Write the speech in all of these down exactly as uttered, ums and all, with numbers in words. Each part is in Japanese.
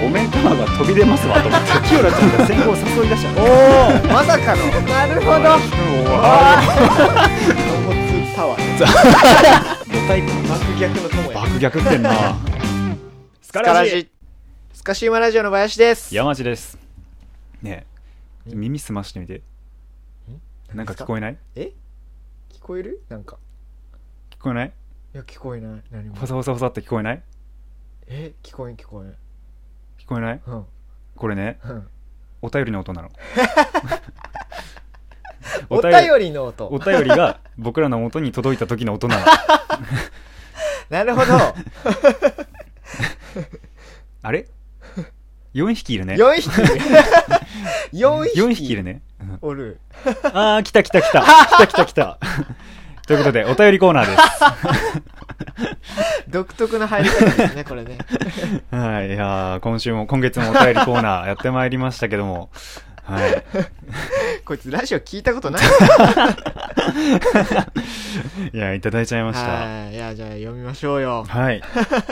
お面玉が飛び出ますわと思って清良ちゃんが先行を誘い出しちゃう。 おおまさかのなるほど。 ロボツタワードタイプの爆逆の友や爆逆ってんな。ススカラジスカシウマラジオの林です。 山地ですねえ、耳すましてみて。なんか聞こえない？ え聞こえる？なんか聞こえない？ いや聞こえない。何もファサファサファサって聞こえない？ え聞こえん聞こえん聞こえない？ うんこれね、 うんお便りの音なの。 お便りの音。 お便りが僕らの元に届いた時の音なの。 なるほど。 あれよんひきいるね。 よんひきいる。よんひきよんひきいるね、うん、 おる。 あー来た来た来た来た来た来た。ということでお便りコーナーです。 独特な入り方ですねこれね。 はい、いや今週も今月もお便りコーナーやってまいりましたけども、はい。 こいつラジオ聞いたことない。 いやいただいちゃいました。 はい、いやじゃあ読みましょうよ。 はい。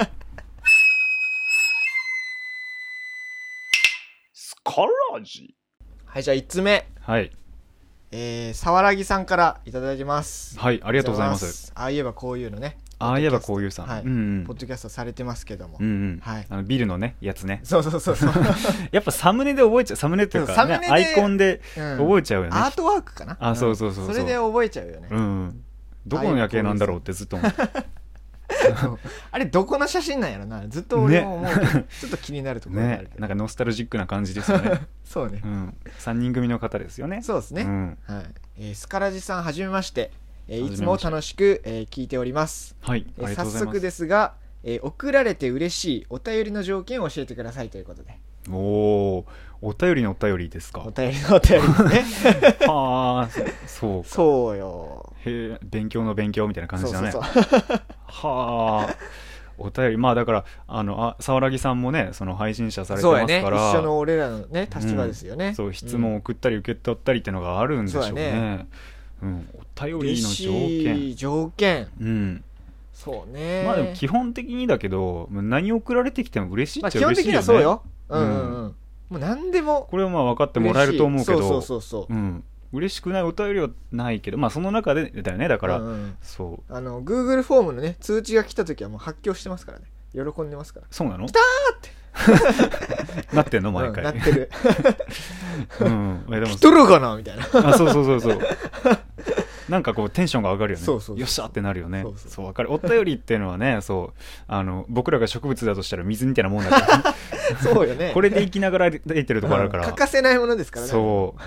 スカラジ。 はい、じゃあいつつめ。 はい。 えー、さわらぎさんからいただいてます。 はい、ありがとうございます。 ああいえばこういうのね。 ああいえばこういうさん、 はい、 うんうん、 ポッドキャストされてますけども、 うんうん、 はい、 あのビルのねやつね。 そうそうそうそう。 やっぱサムネで覚えちゃう。サムネっていうか、ね、アイコンで覚えちゃうよね、 うん、アートワークかな。 あ、そうそうそうそう、 それで覚えちゃうよね。 うん、どこの夜景なんだろうってずっと思って。 あれどこの写真なんやろな、ずっと俺も思うけど、ね、ちょっと気になるところがあるけど、ね、 なんかノスタルジックな感じですよね。 そうね、 うん、さんにん組の方ですよね。 そうですね、うん、はい。えー、スカラジさんはじめまして、えー、いつも楽しく、えー、聞いております。 はい、 えー、早速ですが、えー、送られて嬉しいお便りの条件を教えてくださいということで。 おお、お便りのお便りですか。 お便りのお便りですね。 はあ、そうか。 そうよ。 へえ、勉強の勉強みたいな感じだね。 そうそうそう。 はあ。お便り、まあだからあのあ沢良さんもねその配信者されてますから、 そうやね、一緒の俺らのね立場ですよね、 うん、そう質問を送ったり受け取ったりっていうのがあるんでしょうね。そうやね、うん、お便りの条件条件、 うん、 そうね。 まあでも基本的にだけど何送られてきても嬉しいっちゃ嬉しいよね。 まあ、基本的にはそうよ、うんうんうん、もう何でもこれはまあ分かってもらえると思うけど、 そうそうそうそう、 うん、嬉しくないお便りはないけど、まあその中でだよね。だから、うんうん、そうあの Google フォームのね通知が来た時はもう発狂してますからね。喜んでますから。 そうなの？ 来たーってなってんの毎回、 うん、なってる。 うん、でも来とるかなみたいな。 あ、そうそうそうそう。なんかこうテンションが上がるよね。 そうそうそう、 よっしゃってなるよね。 そうそう、 そう分かる。お便りっていうのはね、そうあの僕らが植物だとしたら水みたいなもんだから。 そうよね。 これで生きながら出てるところあるから、 うん、欠かせないものですからね。 そう。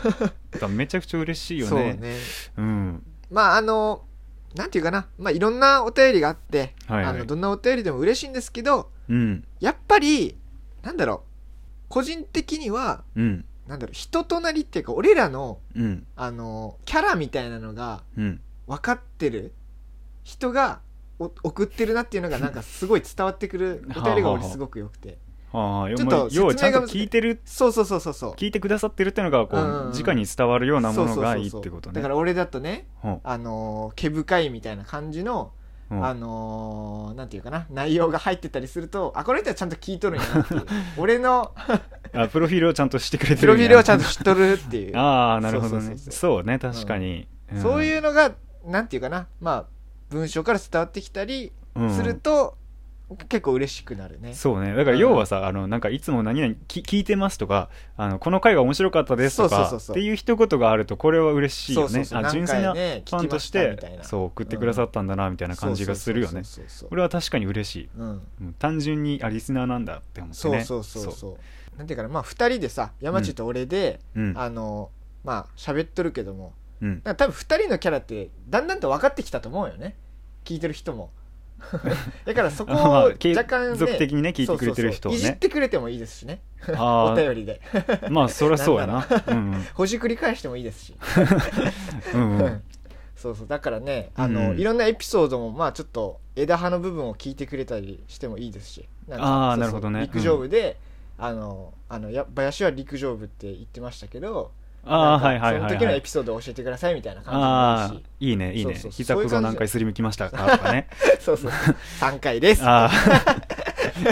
だめちゃくちゃ嬉しいよね。 そうね。 うん。 まああのなんていうかな、まあいろんなお便りがあって、 はいはい、 あのどんなお便りでも嬉しいんですけど、 うん、 やっぱりなんだろう、個人的には、 うん、 なんだろう、人となりっていうか俺らの、 うん、 あのキャラみたいなのが分かってる人が送ってるなっていうのがなんかすごい伝わってくるお便りが俺すごくよくて。 はあ、ちょっと要はちゃんと聞いてる、 そうそうそうそうそう、聞いてくださってるっていうのがこう、うんうん、直に伝わるようなものがいいってことね。 だから俺だとね、 うん、 あの毛深いみたいな感じの、うん、あのー、なんていうかな、内容が入ってたりすると、あ、この人はちゃんと聞いとるんやなっていう俺のあプロフィールをちゃんとしてくれてる、 プロフィールをちゃんと知っとるっていうああなるほどね。そうね、確かに、 うんうん、そういうのがなんていうかな、まあ文章から伝わってきたりすると、うん、結構嬉しくなるね。 そうね。だから要はさ、うん、あのなんかいつも何々き聞いてますとか、あのこの回が面白かったですとかっていう一言があるとこれは嬉しいよね。そうそうそう、あ、純粋なファンとしてそう送ってくださったんだなみたいな感じがするよね。これは確かに嬉しい、うんうん、単純にあリスナーなんだって思ってね。 そうそうそうそう。なんていうかな、まあふたりでさ、山地と俺で、うん、あのまあ喋っとるけども、うん、多分ふたりのキャラってだんだんと分かってきたと思うよね、聞いてる人も。だからそこを若干、ね、 継続的にね聞いてくれてる人をね、 そうそうそう、いじってくれてもいいですしね。お便りでまあそりゃそうやな、うん、うん、 ほじくり返してもいいですしうん、うん、そうそう、だからね、あの、うん、いろんなエピソードもまあちょっと枝葉の部分を聞いてくれたりしてもいいですし、なんかああなるほどね、 陸上部で、うん、あのあのや林は陸上部って言ってましたけど、 あ、はいはいはいはい、 その時のエピソードを教えてくださいみたいな感じでもいいし、 いいねいいね、そうそうそう、膝小僧何回すりむきましたかとかねそうそうさんかいですあ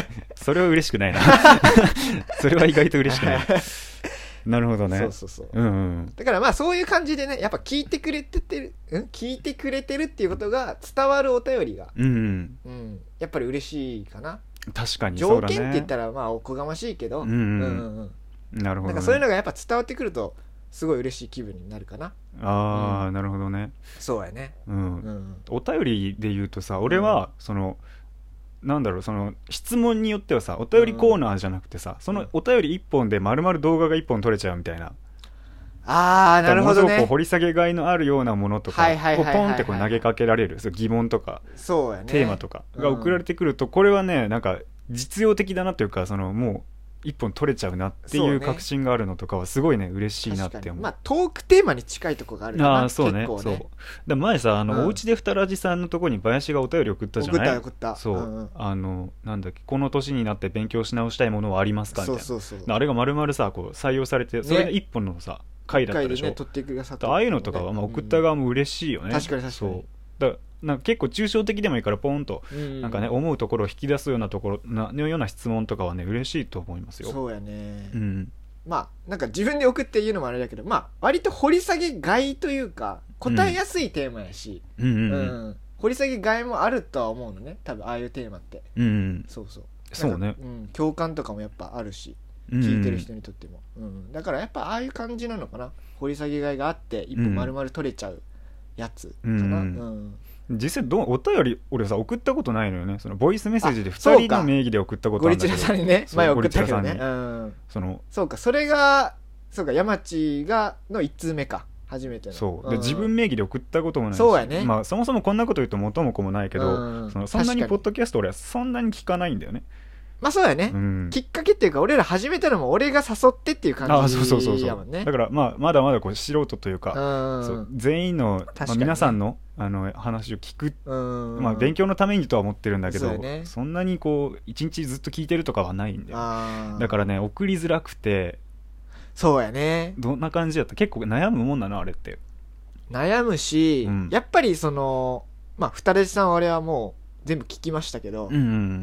それは嬉しくないなそれは意外と嬉しくないなるほどね。 そうそうそう、 うんうん、 だからまあそういう感じでね、やっぱ聞いてくれててる、うん、聞いてくれてるっていうことが伝わるお便りが、 うんうんうん、やっぱり嬉しいかな。 確かにそうだね。 条件って言ったらまあおこがましいけど、 うんうんうんうん、なるほど、ね、 なんかそういうのがやっぱ伝わってくるとすごい嬉しい気分になるかな。 ああ、 うん、 なるほどね。 そうやね、 うんうん、お便りで言うとさ、俺はその、うん、なんだろう、その質問によってはさ、お便りコーナーじゃなくてさ、うん、そのお便りいっぽんで丸々動画がいっぽん撮れちゃうみたいな。 あー、なるほどね。 ものすごく掘り下げがいのあるようなものとかをポンってこう投げかけられる、そう疑問とかそうや、ね、 テーマとかが送られてくると、これはね、なんか実用的だなというか、そのもう一本取れちゃうなっていう確信があるのとかはすごいね嬉しいなって思う。 まあトークテーマに近いとこがあるかな。 あ、そうね、結構ね。そうだ、前さ、あの、うん、おうちでふたらじさんのとこに林がお便り送ったじゃない。 送った送った。 そう、うんうん、あのなんだっけ、この年になって勉強し直したいものはありますかみたいな。 そうそうそう、 あれが丸々さこう採用されて、それが一本のさ、ね、回だったでしょ。 ね、取ってくださった、 ああいうのとかは、まあ、送った側も嬉しいよね、 うん、確かに確かに。 そうだ、なんか結構抽象的でもいいからポンと、うん、なんかね、思うところを引き出すようなところなのような質問とかはね嬉しいと思いますよ。 そうやね、 うん、 まあなんか自分で送って言うのもあれだけど、まあ割と掘り下げがいというか答えやすいテーマやし、 うんうんうんうん、 掘り下げがいもあるとは思うのね、多分ああいうテーマって、 うんうん、 そうそうそうね、 うん、共感とかもやっぱあるし、聞いてる人にとっても、うんうん、だからやっぱああいう感じなのかな、掘り下げがいがあって一本丸々取れちゃうやつかな、うんうんうん、実際どうお便り俺さ送ったことないのよね。そのボイスメッセージでふたりの名義で送ったことあるんだけど、 ゴリチラさんにね前送ったけどね、うん、 そのそうか、それがそうか、山地がのいち通目か、初めての。 そうで、うん、自分名義で送ったこともないし、 そうやね、 まあ、そもそもこんなこと言うと元も子もないけど、うん、そのそんなにポッドキャスト俺はそんなに聞かないんだよね。 まあそうやね、うん、きっかけっていうか俺ら始めたのも俺が誘ってっていう感じやもんね。あ、そうそうそうそう。 だからまあまだまだこう素人というか、うん、そう全員の、ね、まあ、皆さんのあの話を聞く、うん、まあ、勉強のためにとは思ってるんだけど そ,、ね、そんなにこう一日ずっと聞いてるとかはないんだよ。あ、だからね送りづらくて。 そうやね。 どんな感じだった？結構悩むもんなのあれって。 悩むし、うん、やっぱりそのまあふたらじさんは俺はもう全部聞きましたけど、うんうん、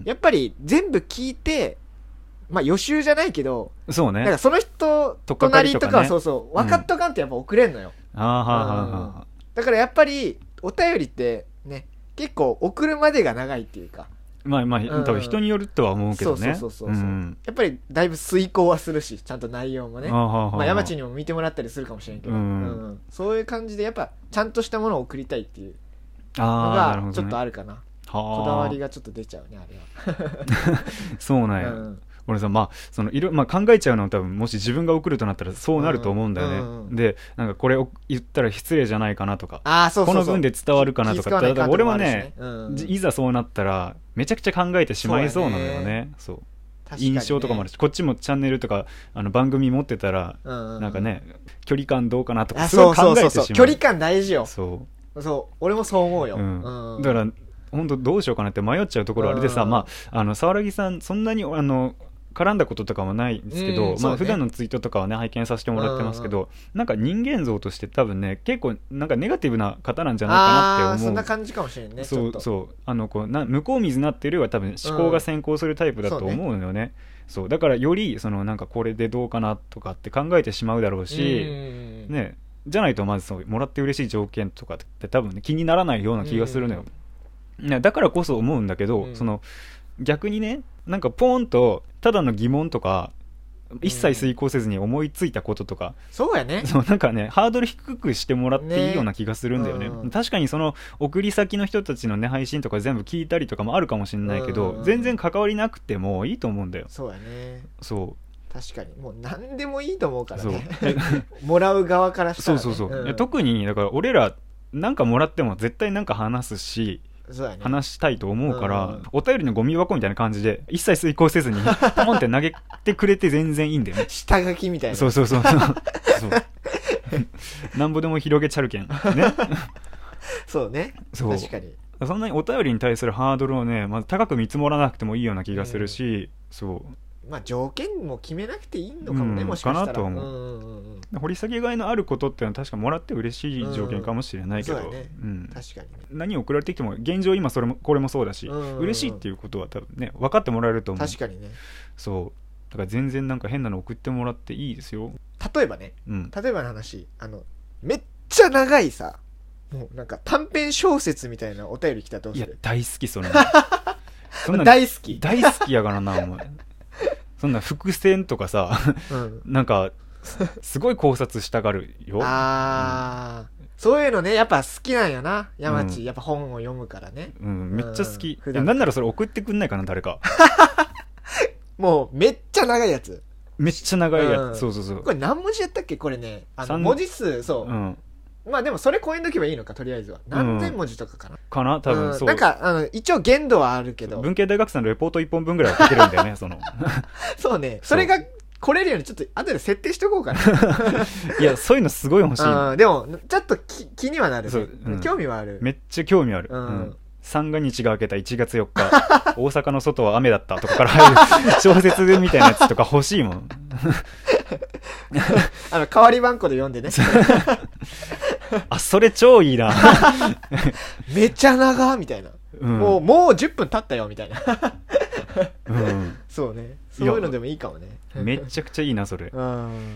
やっぱり全部聞いて、まあ予習じゃないけど、 そうね、 だからその人隣とかはそうそう分かっとかんとやっぱ送れんのよ、うん、あーはーはーはー、だからやっぱりお便りってね結構送るまでが長いっていうか、 まあまあ、うん、多分人によるとは思うけどね。 そうそうそうそう、うん、やっぱりだいぶ遂行はするし、ちゃんと内容もね、あはは、まあ、山地にも見てもらったりするかもしれんけど、うんうん、そういう感じでやっぱちゃんとしたものを送りたいっていうのがちょっとあるかな。こだわりがちょっと出ちゃうね、あれはそうなんや、うん、俺さ、まあそのいろ、まあ、考えちゃうのは多分もし自分が送るとなったらそうなると思うんだよね、うんうん、でなんかこれを言ったら失礼じゃないかなとか、 あ、そうそうそう、 この文で伝わるかなとか、だから俺はね、うんうん、いざそうなったらめちゃくちゃ考えてしまいそうなのよね。そう、そう、印象とかもあるし、こっちもチャンネルとかあの番組持ってたら、うんうん、なんかね距離感どうかなとかすごい考えてしまう。そうそうそうそう、 距離感大事よ。 そうそう俺もそう思うよ、 うんうん、だから本当どうしようかなって迷っちゃうところあれでさ、まあ、あの沢良さんそんなにあの絡んだこととかもないんですけど、うん、まあ、普段のツイートとかはね拝見させてもらってますけど、なんか人間像として多分ね結構なんかネガティブな方なんじゃないかなって思う。あ、 そんな感じかもしれんね。 そうそうあのこうな向こう水なってるよりは多分思考が先行するタイプだと思うのよね、うん、そう、そうだからよりそのなんかこれでどうかなとかって考えてしまうだろうし、うん、ね、じゃないとまずそうもらって嬉しい条件とかって多分、ね、気にならないような気がするのよ、うん、だからこそ思うんだけど、うん、その逆にねなんかポーンとただの疑問とか一切遂行せずに思いついたこととか、うん、 そうやね、 そうなんかねハードル低くしてもらっていいような気がするんだよね、うん、確かにその送り先の人たちのね配信とか全部聞いたりとかもあるかもしれないけど、うん、全然関わりなくてもいいと思うんだよ。 そうやね、 そう確かにもう何でもいいと思うからねもらう側からしたら、ね、 そうそうそう、 うん、 特にだから俺らなんかもらっても絶対なんか話すし、 そうやね、 話したいと思うから、うん、お便りのゴミ箱みたいな感じで一切遂行せずにポンって投げてくれて全然いいんだよね下書きみたいな。 そうそうそうそうなんぼでも広げちゃるけんねそうね、そう確かにそんなにお便りに対するハードルをね、まず高く見積もらなくてもいいような気がするし、うん、そうまあ条件も決めなくていいのかもね、うん、もしかしたらかなと思う、うんうんうん、掘り下げがいのあることっていうのは確かもらって嬉しい条件かもしれないけど、うんねうん、確かに、ね、 何送られてきても現状今それもこれもそうだし、うんうんうん、嬉しいっていうことは多分ね分かってもらえると思う。 確かにね。 そうだから全然なんか変なの送ってもらっていいですよ。 例えばね、うん、例えばの話、あのめっちゃ長いさ、もうなんか短編小説みたいなお便り来たらどうする？ いや大好きそれそんな大好き大好きやからなお前そんな伏線とかさ、うん、なんかすごい考察したがるよ。 ああ、うん、そういうのねやっぱ好きなんやな山地、うん、やっぱ本を読むからね、 うん、めっちゃ好き、うん、いやなんならそれ送ってくんないかな誰かもうめっちゃ長いやつ、 めっちゃ長いやつ、うん、そうそうそう。 これ何文字やったっけこれね、あの文字数そう、うん、まあでもそれ超えんとけばいいのかとりあえずは何千文字とかかな、うん、 かな多分、うん、そうなんかあの一応限度はあるけど文系大学生のレポートいっぽんぶんぐらい書けるんだよねそのそうね、それが来れるようにちょっと後で設定しとこうかないやそういうのすごい欲しい、 うん、でもちょっと気気にはなる、ねうん、興味はある、 めっちゃ興味ある、うんうん三が日が明けたいちがつよっか大阪の外は雨だったとかから入る小説みたいなやつとか欲しいもんあの代わり番号で読んでねあそれ超いいなめっちゃ長みたいな、うん、もうもうじゅっぷん経ったよみたいな、うん、そうね、そういうのでもいいかもね。 めちゃくちゃいいなそれ、うん、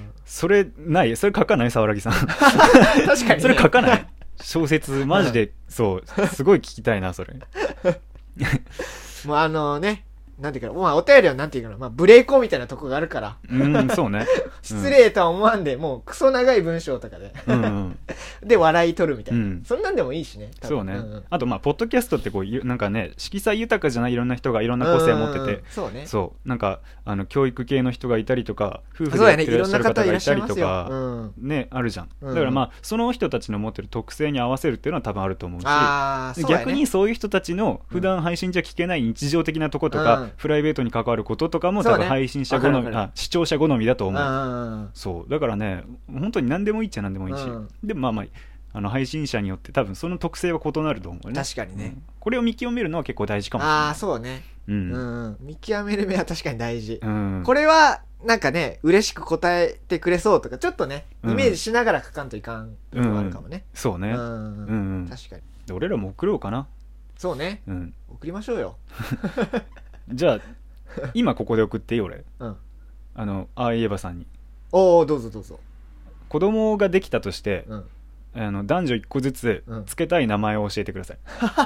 それないそれ書かない沢良さん確かに、ね、 それ書かない小説マジでそうすごい聞きたいなそれもうあのねなんていうか、まあ、お便りはなんていうかな、まあ、ブレイコーみたいなとこがあるから。 うん、そうね。 失礼とは思わんで、もうクソ長い文章とかで。うんうん、で、笑い取るみたいな、うん。そんなんでもいいしね。 そうね、うんうん。あと、まあ、ポッドキャストってこう、なんかね、色彩豊かじゃないいろんな人がいろんな個性を持ってて。うんうん、 そうね。 そう。なんか、あの、教育系の人がいたりとか、夫婦でやってらっしゃる方がいたりとか、ね、うん、ね、あるじゃん。だからまあ、その人たちの持ってる特性に合わせるっていうのは多分あると思うし、あー、そうやね、逆にそういう人たちの普段配信じゃ聞けない日常的なとことか、うん、プライベートに関わることとかも多分配信者好み、ね、あ視聴者好みだと思う。そうだからね本当に何でもいいっちゃ何でもいいし、うん、でもまあまああの配信者によって多分その特性は異なると思うね。 確かにね、うん、 これを見極めるのは結構大事かもしれない。 ああそうね、うんうんうん、見極める目は確かに大事、うん、これはなんかね嬉しく答えてくれそうとかちょっとねイメージしながら書かんといかんのもあるかもね、うんうん、 そうね、うんうんうん、確かにで俺らも送ろうかな。 そうね、うん、送りましょうよじゃあ今ここで送っていい俺、うん、あのああいえばさんに。 おおどうぞどうぞ。 子供ができたとして、うん、あの男女いっこずつ付けたい名前を教えてください、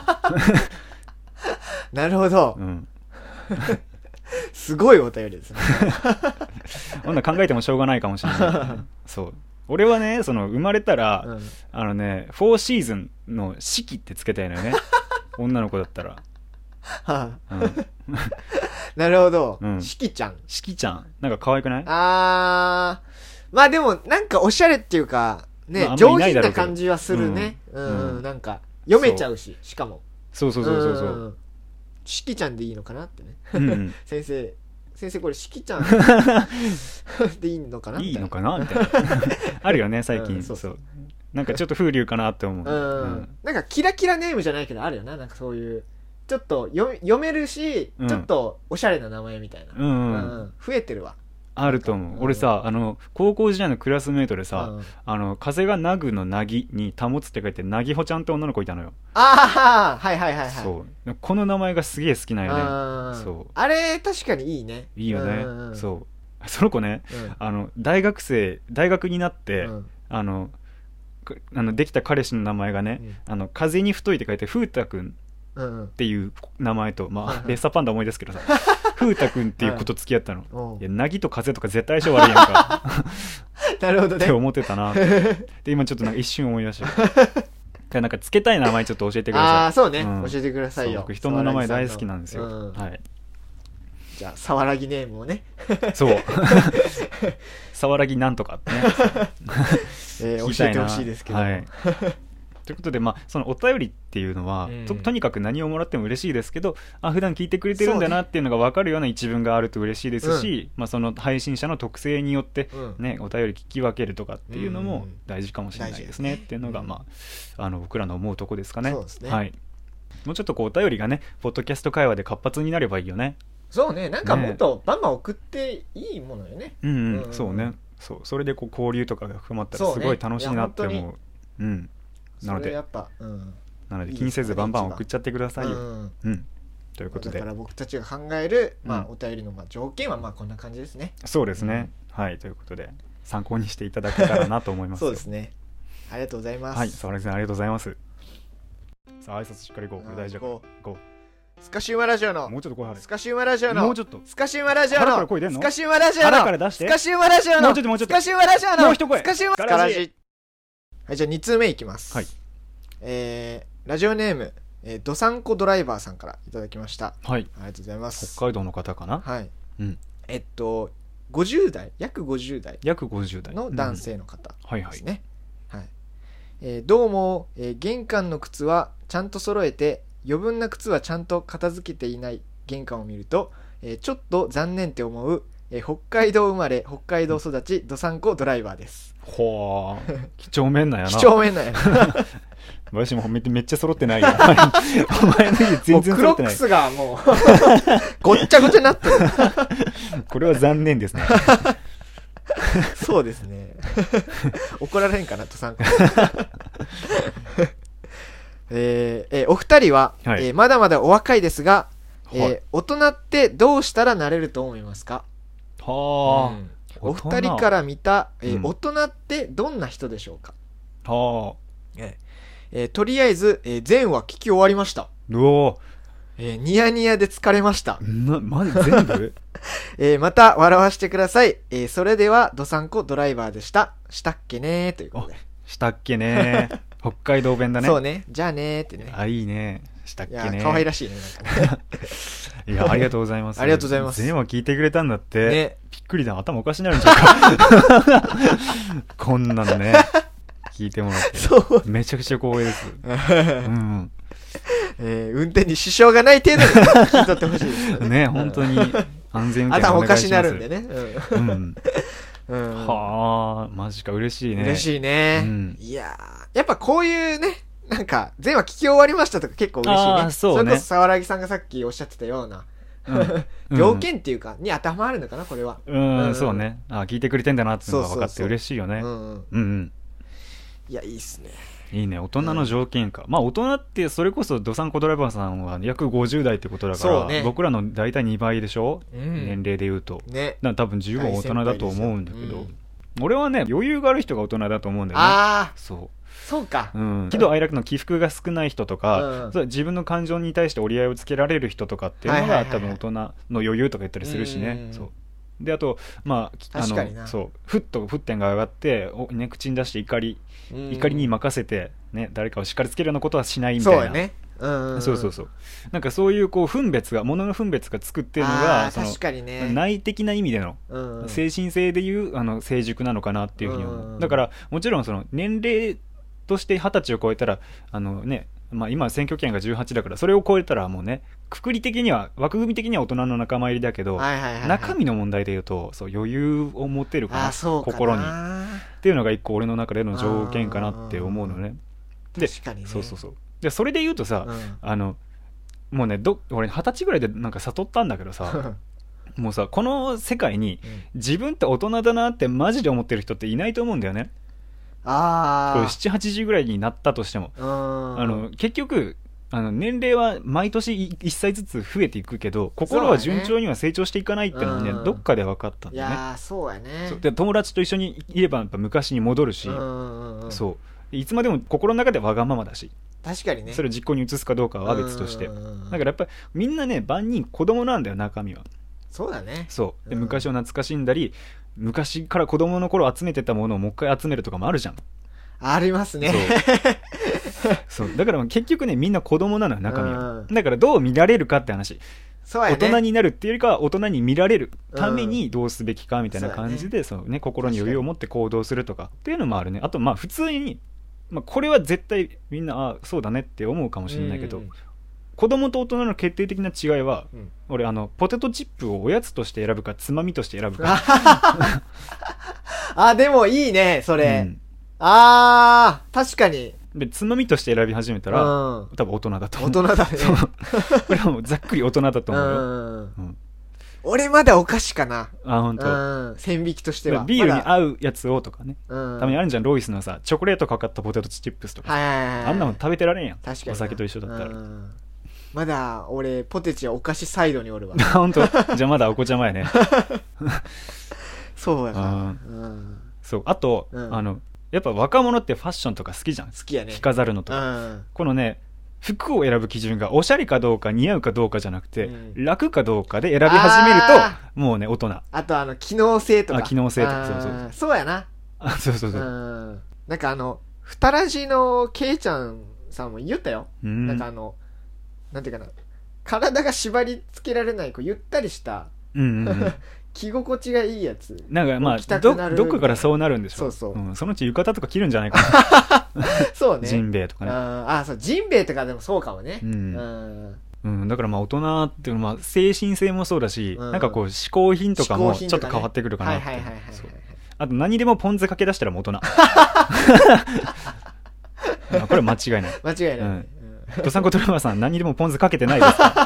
うん、なるほど、うん、すごいお便りですねこんな考えてもしょうがないかもしれないそう俺はねその生まれたら、うん、あのねフォーシーズンの四季ってつけたいのよね女の子だったらはあ、うん、 なるほど、うん、しきちゃんしきちゃんなんか可愛くない？ あーまあでもなんかおしゃれっていうかね、まあ、上品な感じはするね、うんうんうん、なんか読めちゃうししかもそうそうそうそうそう、 しきちゃんでいいのかなってね、うんうん、先生先生これしきちゃんでいいのかないいのかなみたいなあるよね最近、うん、そうそうなんかちょっと風流かなって思う、うんうん、なんかキラキラネームじゃないけどあるよななんかそういうちょっと読, 読めるし、うん、ちょっとおしゃれな名前みたいな、うんうんうん、増えてるわ。 あると思う、うん、俺さあの高校時代のクラスメートでさ、うん、あの風がなぐのなぎに保つって書いてなぎほちゃんって女の子いたのよ。 ああはいはいはいはい。 そうこの名前がすげえ好きなんよね。あ, そうあれ確かにいいね。 いいよね、うんうん、そうその子ね、うん、あの大学生大学になって、うん、あのあのできた彼氏の名前がね、うん、あの風に太いって書いて風太くんっていう名前と、まあ、レッサーパンダ思い出すけどさ風太くんっていう子と付き合ったの、はい、いやなぎと風とか絶対相性悪いやんかなるほどねって思ってたなで今ちょっとなんか一瞬思い出したなんか付けたい名前ちょっと教えてください。 ああそうね、うん、教えてくださいよ。 僕人の名前大好きなんですよ、うん、はい。 じゃあさわらぎネームをねそうさわらぎなんとかってね、 えー、教えてほしいですけど、はいということで、まあ、そのお便りっていうのは、うん、と, とにかく何をもらっても嬉しいですけどあ普段聞いてくれてるんだなっていうのが分かるような一文があると嬉しいですし、うんまあ、その配信者の特性によって、ねうん、お便り聞き分けるとかっていうのも大事かもしれないですね、うん、っていうのが、まあ、あの僕らの思うとこですかね。 そうですね、 はい、もうちょっとこうお便りがねポッドキャスト会話で活発になればいいよね。 そうね、なんかもっとバンバン送っていいものよね。 うん、うんうん、そうね。そう、それでこう交流とかが深まったらすごい楽しいなって思う。う、ね、うん。なのでやっぱ、うん、なので気にせずバンバン送っちゃってくださいよ。うん、うん、ということで、 だから僕たちが考える、まあ、お便りのまあ条件はまあこんな感じですね。 そうですね、うん、はい、ということで参考にしていただけたらなと思います。 そうですね、ありがとうございます。 はい、そうですね、ありがとうございます。さあ挨拶しっかりいこう。これ大丈夫。ゴー。 スカシウマラジオのもうちょっと声張れ。 スカシウマラジオのもうちょっとスカシウマラジオの腹から声出んの？ スカシウマラジオの腹から出して。 スカシウマラジオのもうちょっともうちょっとスカシウマラジオのもう一声スカシウマラジ。はい、じゃあに通目いきます。 はい。 えー、ラジオネーム、えー、どさんこドライバーさんからいただきました。 はい。 ありがとうございます。 北海道の方かな。 はい。 うん。 えっとごじゅう代、約ごじゅう代約ごじゅう代の男性の方ですね。 うん、はいはい。 はい。えー、どうも、えー、玄関の靴はちゃんと揃えて余分な靴はちゃんと片付けていない玄関を見ると、えー、ちょっと残念って思う、えー、北海道生まれ北海道育ちどさんこドライバーです。 ほー、几帳面なんやな。 几帳面なんやな。 私もめっちゃ揃ってないよ。お前の家全然揃ってない。 クロックスがもうごっちゃごちゃになってる。 これは残念ですね。 そうですね。怒られんかなとさんこ。えーえー、お二人は、はい、えー、まだまだお若いですが、えーはい、大人ってどうしたらなれると思いますか？ はあ、うん、 お二人から見た、えーうん、大人ってどんな人でしょうか？ はあ、 えーえー、とりあえず、えー、全話聞き終わりました。 うお、 えー、ニヤニヤで疲れました。 な、マジ全部？ えー、また笑わせてください。えー、それではどさんこドライバーでした。したっけねーということで。 したっけねー。北海道弁だね。 そうね。じゃあねーってね。 あ、いいね。したっけねー。 いや、可愛らしいね。なんかね。 いや、ありがとうございます。 ありがとうございます。 全話聞いてくれたんだって。 ね。 びっくりだ。頭おかしになるんじゃないか。こんなのね。聞いてもらって。そう。めちゃくちゃ光栄です。うん。 えー、運転に支障がない程度に聞いとってほしいですよね。 ね、本当に安全運転お願いします。頭おかしになるんでね。 うん。うんうん、はあ、マジか、嬉しいね。 嬉しいね。うん、いやー、やっぱこういうね、なんか、全話聞き終わりましたとか結構嬉しいね。あ、そうね。それこそ沢良さんがさっきおっしゃってたような、うん、条件っていうか、に当てはまるのかな、これは。 うん、うん、そうね。あ、聞いてくれてんだなっていうのが分かって嬉しいよね。うんうん。うん。 いや、いいっすね。 いいね、大人の条件か、うん、まあ大人ってそれこそどさんこドライバーさんは約ごじゅう代ってことだから、ね、僕らの大体にばいでしょ、うん、年齢で言うと、ね、だ多分十分大人だと思うんだけど、うん、俺はね余裕がある人が大人だと思うんだよね。 ああ、 そうそうか、 うん、喜怒哀楽の起伏が少ない人とか、うん、それ自分の感情に対して折り合いをつけられる人とかっていうのが多分大人の余裕とか言ったりするしね、そうで、あと、まあ、あの、そう、ふっと沸点が上がって、おね、口に出して怒り、怒りに任せて、ね、誰かを叱りつけるようなことはしないみたいな。そうね。うんうん、そうそうそう。なんかそういう、こう、分別が、物の分別がつくっていうのが、その確かにね、 内的な意味での、うんうん、精神性でいう、あの、成熟なのかなっていうふうに思う。うんうん、だから、もちろん、その、年齢として二十歳を超えたら、あのね、まあ、今選挙権がじゅうはちだからそれを超えたらもうねくくり的には枠組み的には大人の仲間入りだけど、はいはいはいはい、中身の問題でいうとそう余裕を持てるかな心にっていうのが一個俺の中での条件かなって思うのね。で、 確かにね、 そうそうそうでそれで言うとさ、うん、あのもうねど俺二十歳ぐらいでなんか悟ったんだけどさもうさこの世界に自分って大人だなってマジで思ってる人っていないと思うんだよね。 あこれななじゅうはちぐらいになったとしてもあの結局あの年齢は毎年いっさいずつ増えていくけど心は順調には成長していかないっていうのはね、どっかで分かったんだよね。 いやそうやね。 そうで友達と一緒にいればやっぱ昔に戻るし、そういつまでも心の中でわがままだし、 確かにね、 それを実行に移すかどうかは別として、だからやっぱりみんなね万人子供なんだよ中身は。 そうだね。 そうで昔を懐かしんだり昔から子供の頃集めてたものをもう一回集めるとかもあるじゃん。 ありますね。 そうそうだから結局ねみんな子供なのよ中身は。だからどう見られるかって話。 そうやね、 大人になるっていうよりかは大人に見られるためにどうすべきかみたいな感じで、うん、そのね、心に余裕を持って行動するとかっていうのもあるね。あとまあ普通に、まあ、これは絶対みんなあそうだねって思うかもしれないけど、うん、子供と大人の決定的な違いは、うん、俺あのポテトチップをおやつとして選ぶかつまみとして選ぶかあでもいいねそれ、うん、あー確かに。 でつまみとして選び始めたら、うん、多分大人だと思う。 大人だねこれはもうざっくり大人だと思うよ、うんうん、 俺まだお菓子かな。 あ、ほんと。 うん。線引きとしては。 ビールに合うやつをとかね。 うん。 たまにあるじゃん、ロイスのさ、チョコレートかかったポテトチップスとか。 はいはいはい。 あんなの食べてられんやん。 確かに。 お酒と一緒だったら。うん、 まだ、俺、ポテチはお菓子サイドにおるわ。 ほんと。じゃあまだお子ちゃまやね。 そうやな。うん。そう。あと、うん、あの、やっぱ若者ってファッションとか好きじゃん。 好きやね。 着飾るのとか。うん、このね、服を選ぶ基準がおしゃれかどうか似合うかどうかじゃなくて、うん、楽かどうかで選び始めるともうね大人。 あとあの機能性とか。 あ、機能性とか。そうそうそうやな。 あ、そうそうそう。 うんなんかあのふたらじのけいちゃんさんも言ったよ。うん、なんかあのなんていうかな、体が縛り付けられないこうゆったりした、うんうんうん、着心地がいいやつ。 なんかまあ ど, どっかからそうなるんでしょ。 そうそう、 うん、そのうち浴衣とか着るんじゃないかな。 そうね。 ジンベエとかね。 ああ、そう、ジンベエとかでもそうかもね。うん。 うん、だからまあ大人っていうのは、まあ、精神性もそうだし、うん、なんかこう嗜好品とかもちょっと変わってくるかなって。あと何でもポン酢かけ出したらもう大人。これ間違いない。 間違いない。うん。 ドサンコトラバーさん何にでもポン酢かけてないですか？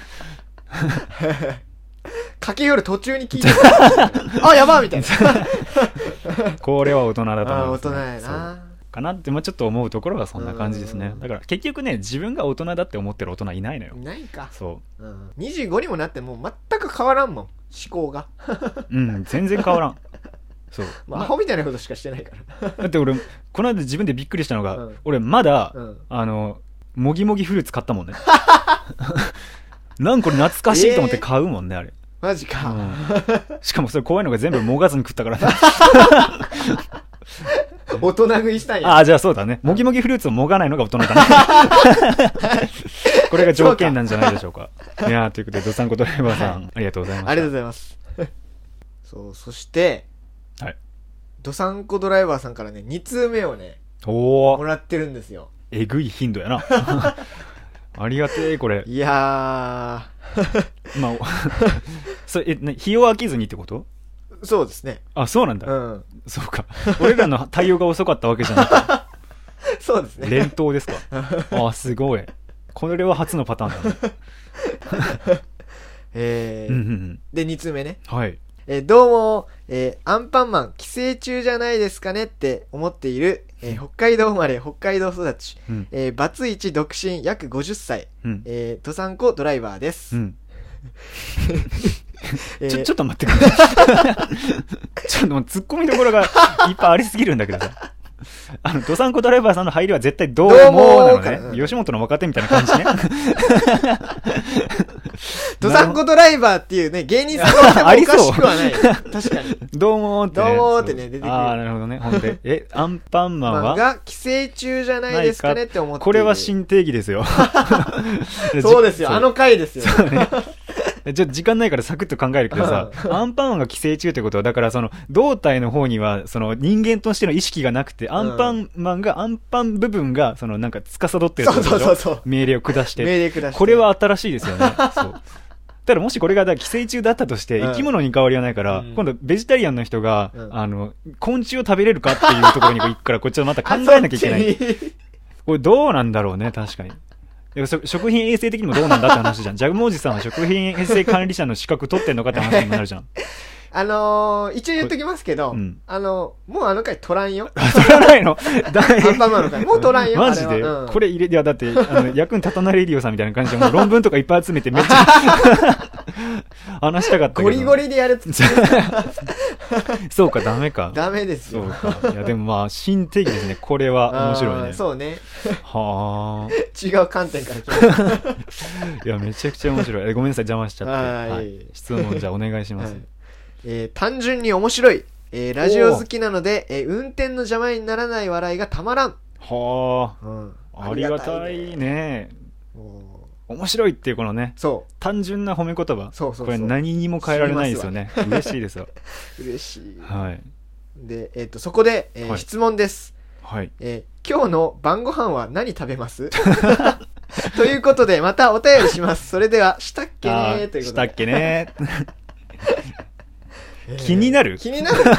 駆け寄る途中に聞いてあ、やばみたいな。 これは大人だと思います、 ね、大人やなかなってもちょっと思うところがそんな感じですね。だから結局ね、自分が大人だって思ってる大人いないのよ。 いないか。 そう、 うん、にじゅうごにもなってもう全く変わらんもん、思考が。 うん全然変わらん。そう、 まあ、アホみたいなことしかしてないからだって俺この間自分でびっくりしたのが、うん、俺まだ、うん、あのもぎもぎフルーツ買ったもんね。なんこれ懐かしいと思って買うもんね、えー、あれマジか、うん、 しかもそれ怖いのが全部もがずに食ったからね。 大人食いしたんや。 ああ、じゃあそうだね。もぎもぎフルーツをもがないのが大人だね。これが条件なんじゃないでしょうか。いやー、ということでドサンコドライバーさん、はい、ありがとうございました。 ありがとうございます。そう、そしてはい、 ドサンコドライバーさんからねに通目をねおもらってるんですよ。 えぐい頻度やな。ありがてえこれ。 いやーまあそれえ日を飽きずにってこと？ そうですね。 あ、そうなんだ、 うん、 そうか。俺らの対応が遅かったわけじゃなくそうですね。 連投ですか。あ、すごい。これは初のパターンだね。 えーうんうん、でに通目ね。 はい。 えー、どうも、えー、アンパンマン寄生虫じゃないですかねって思っている、えー、北海道生まれ北海道育ち、うん、えー、バツイチ独身約ごじゅっさい、うん、えー、ドサンコドライバーです、うん、 ちょちょっと待ってください。ちょっともうツッコミどころがいっぱいありすぎるんだけどさ。あのドサンコドライバーさんの入りは絶対どうもなのね。うん、吉本の若手みたいな感じね。 ドサンコドライバーっていうね芸人さんがおかしくはない。確かに。 どうもーってね。 どうもーってね出てくる。 ああなるほどね。ほんでえアンパンマンはが寄生虫じゃないですかねって思っている。 これは新定義ですよ。 そうですよ。あの回ですよ。 ちょっと時間ないからサクッと考えるけどさ、アンパンマンが寄生虫ってことはだからその胴体の方にはその人間としての意識がなくて、アンパンマンがアンパン部分がそのなんか司ってるってことでしょ。 そうそうそう。 命令を下して。 命令下して。 これは新しいですよね。そう。ただもしこれが寄生虫だったとして生き物に変わりはないから、うん、今度ベジタリアンの人が、うん、あの昆虫を食べれるかっていうところに行くからこっちはまた考えなきゃいけない。これどうなんだろうね。確かに食品衛生的にもどうなんだって話じゃん。ジャムおじさんは食品衛生管理者の資格取ってんのかって話にもなるじゃん。 あのー、一応言っときますけど、うん、あのもうあの回取らんよ。 取らないの？ アンパンマンの回もう取らんよ。 マジで、うん、これ入れいやだってあの役に立たないレディオさんみたいな感じでもう論文とかいっぱい集めてめっちゃ話したかったけどゴリゴリでやるっつってそうかダメか。 ダメですよ。 そうか。いやでもまあ新定義ですね。これは面白いね。 そうね。 はあ。 違う観点から来ました。 いやめちゃくちゃ面白い。ごめんなさい邪魔しちゃって。はいはい、質問じゃあお願いします。はい、 えー、単純に面白い、えー、ラジオ好きなので、えー、運転の邪魔にならない笑いがたまらん。 はあ、うん、ありがたいね。面白いっていうこのね、 そう単純な褒め言葉、 そうそうそう、 これ何にも変えられないですよね。嬉しいですよ。 嬉しい。 はい。 で、えっとそこで、えーはい、質問です。 はい。 えー、今日の晩ご飯は何食べます？ということでまたお便りします。それではしたっけねーということで。 したっけねー。気になる？ 気になる？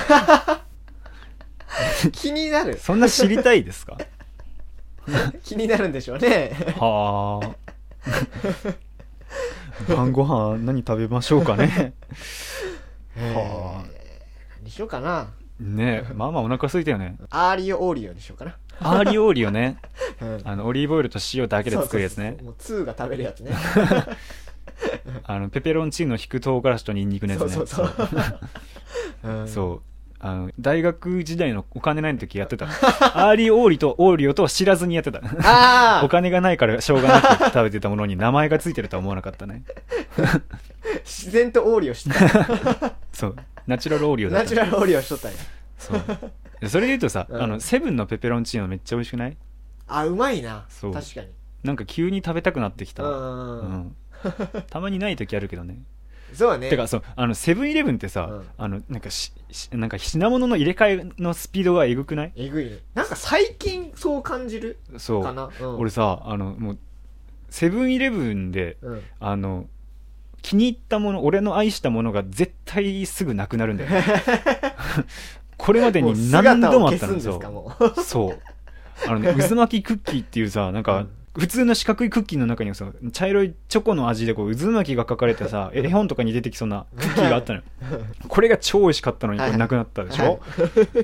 気になる？ そんな知りたいですか？気になるんでしょうね。 はあ。 晩ご飯何食べましょうかねはあ、何しようかなねえ、まあまあお腹空いたよね。 アーリオオーリオにしようかな。 アーリオオーリオね、うん、あのオリーブオイルと塩だけで作るやつね。 そうそうそう、もうツーが食べるやつねあのペペロンチーノ引く唐辛子とニンニクのやつね。 そうそうそううん、そうあの大学時代のお金ない時やってたアーリーオーリとオーリオと知らずにやってたあお金がないからしょうがなく食べてたものに名前がついてるとは思わなかったね自然とオーリオしてたそうナチュラルオーリオだった。 ナチュラルオーリオしとったんや。 そうそれで言うとさ、うん、あのセブンのペペロンチーノめっちゃ美味しくない？ あ、うまいな。そう確かになんか急に食べたくなってきた。うん、うん、たまにない時あるけどね。 そうね。 てかそうあのセブンイレブンってさ、うん、あのなんかしなんか品物の入れ替えのスピードがえぐくない？ えぐいね。なんか最近そう感じるそうかな、うん、 俺さあのもうセブンイレブンで、うん、あの気に入ったもの俺の愛したものが絶対すぐなくなるんだよこれまでに何度もあったんですよ。そうあのね渦巻きクッキーっていうさなんか、うん普通の四角いクッキーの中にはさ茶色いチョコの味でこう渦巻きが書かれてさ絵本とかに出てきそうなクッキーがあったのよこれが超美味しかったのにこれなくなったでしょ、はいはい、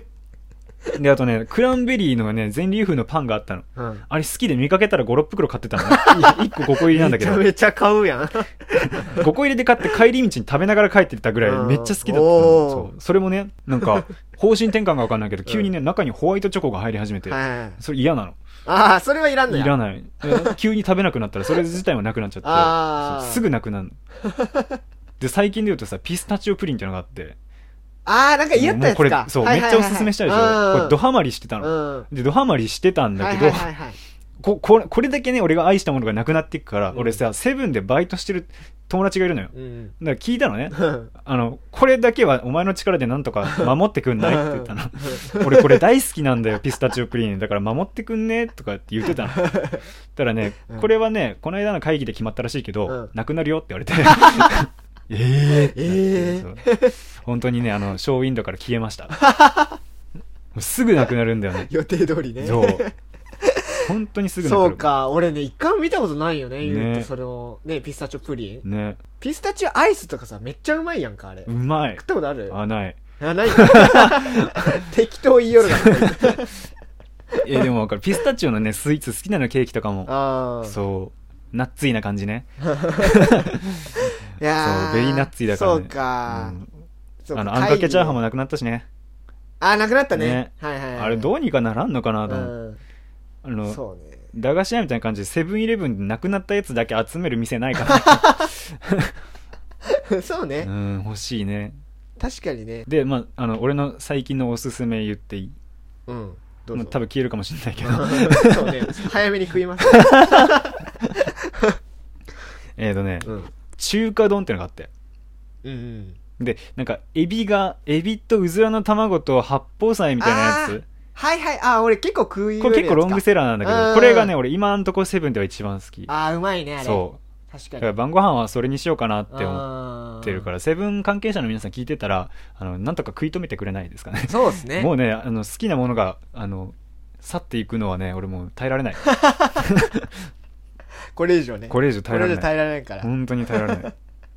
であとねクランベリーのね全粒粉のパンがあったの、うん、あれ好きで見かけたらご、ろっ袋買ってたのねいっこごこ入りなんだけどめちゃめちゃ買うやんごこ入りで買って帰り道に食べながら帰ってたぐらいめっちゃ好きだったの、うん、そう そ, それもねなんか方針転換が分かんないけど急にね、うん、中にホワイトチョコが入り始めて、はいはい、それ嫌なの。 ああそれはいらんのや。 いらない急に食べなくなったらそれ自体もなくなっちゃってあすぐなくなるので最近で言うとさピスタチオプリンっていうのがあってああなんか嫌ったやつか。 これそう、はいはいはいはい、めっちゃおすすめしたでしょ。これドハマりしてたの、うん、でドハマりしてたんだけど、はいはいはいはい、こ, こ, れこれだけね俺が愛したものがなくなっていくから、うん、俺さセブンでバイトしてる友達がいるのよ、うん、だから聞いたのねあのこれだけはお前の力でなんとか守ってくんないって言ったの俺これ大好きなんだよピスタチオプリンだから守ってくんねとかって言ってたのだからねこれはねこの間の会議で決まったらしいけど、うん、なくなるよって言われてえーえー本当にねあのショーウィンドウから消えましたすぐなくなるんだよね予定通りね。 そう本当にすぐなくなる。 そうか俺ね一回も見たことないよね言うてそれをねピスタチオプリンねピスタチオアイスとかさめっちゃうまいやんかあれ。 うまい。 食ったことある？ あないあない適当言いよるなえでも分かるピスタチオのねスイーツ好きなのケーキとかもあそうナッツイな感じねいやそうベリーナッツイだからね。 そうか、うん、そうかあのあんかけチャーハンもなくなったしね。 あなくなったね、ねはいはいはい、 あれどうにかならんのかなと思う、うんあのそうね、駄菓子屋みたいな感じでセブンイレブンでなくなったやつだけ集める店ないからそうね、 うん、欲しいね。 確かにね。 で、まあ、あの俺の最近のおすすめ言っていい？ うんどうぞ、 まあ、多分消えるかもしれないけどそうね早めに食いますえっとね、うん、中華丼ってのがあって、 うんうんでなんかエビがエビとうずらの卵と八宝菜みたいなやつはいはいあ俺結構食いこれ結構ロングセラーなんだけどこれがね俺今のところセブンでは一番好き。 あーうまいねあれ。 そう確かにだから晩ご飯はそれにしようかなって思ってるからセブン関係者の皆さん聞いてたらあのなんとか食い止めてくれないですかね。 そうですね。 もうねあの好きなものがあの去っていくのはね俺もう耐えられないこれ以上ねこれ以上耐えられない。これ以上耐えられないから本当に耐えられない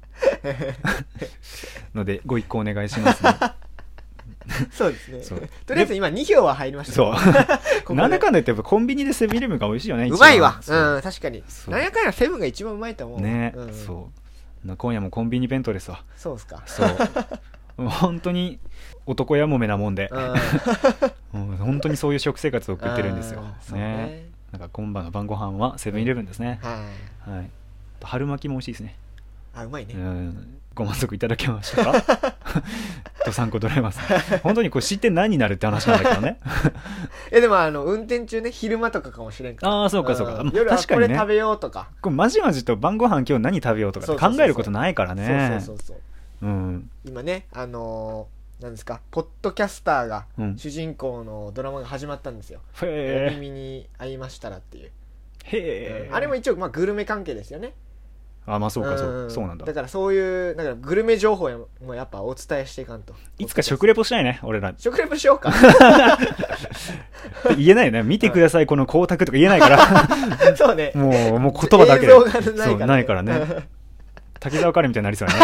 のでご一行お願いしますねそうですね。そうとりあえず今に票は入りました。 そうここなんだかんだ言ってやっぱコンビニでセブンイレブンが美味しいよね。 うまいわ。うん確かになんやかんやセブンが一番うまいと思うね、 うん、 そう今夜もコンビニ弁当ですわ。 そうですか。 そう本当に男やもめなもんで、うん、本当にそういう食生活を送ってるんですよ、ねね、なんか今晩の晩ご飯はセブンイレブンですね、はいはい、春巻きも美味しいですね。 あうまいね、 うんご満足いただけましたかとさんこ取れます、ね、本当にこう知って何になるって話なんだけどねえでもあの運転中ね昼間とかかもしれんから。 ああそうかそうか、うん、 夜はこれ食べようとかこうまじまじと晩ご飯今日何食べようとか考えることないからね。 そうそうそうそう、うん、今ねあのー、なんですかポッドキャスターが主人公のドラマが始まったんですよ、うん、お耳に合いましたらっていう。へえ、うん、あれも一応まあグルメ関係ですよね。 あまあそうかそう、うん、そうなんだ。 だからそういうだからグルメ情報もやっぱお伝えしていかんと。 いつか食レポしたいね俺ら。 食レポしようか言えないよね見てください、うん、この光沢とか言えないからそうねもうもう言葉だけで映像がないからね、 そうないからね滝沢カレンみたいになりそうやね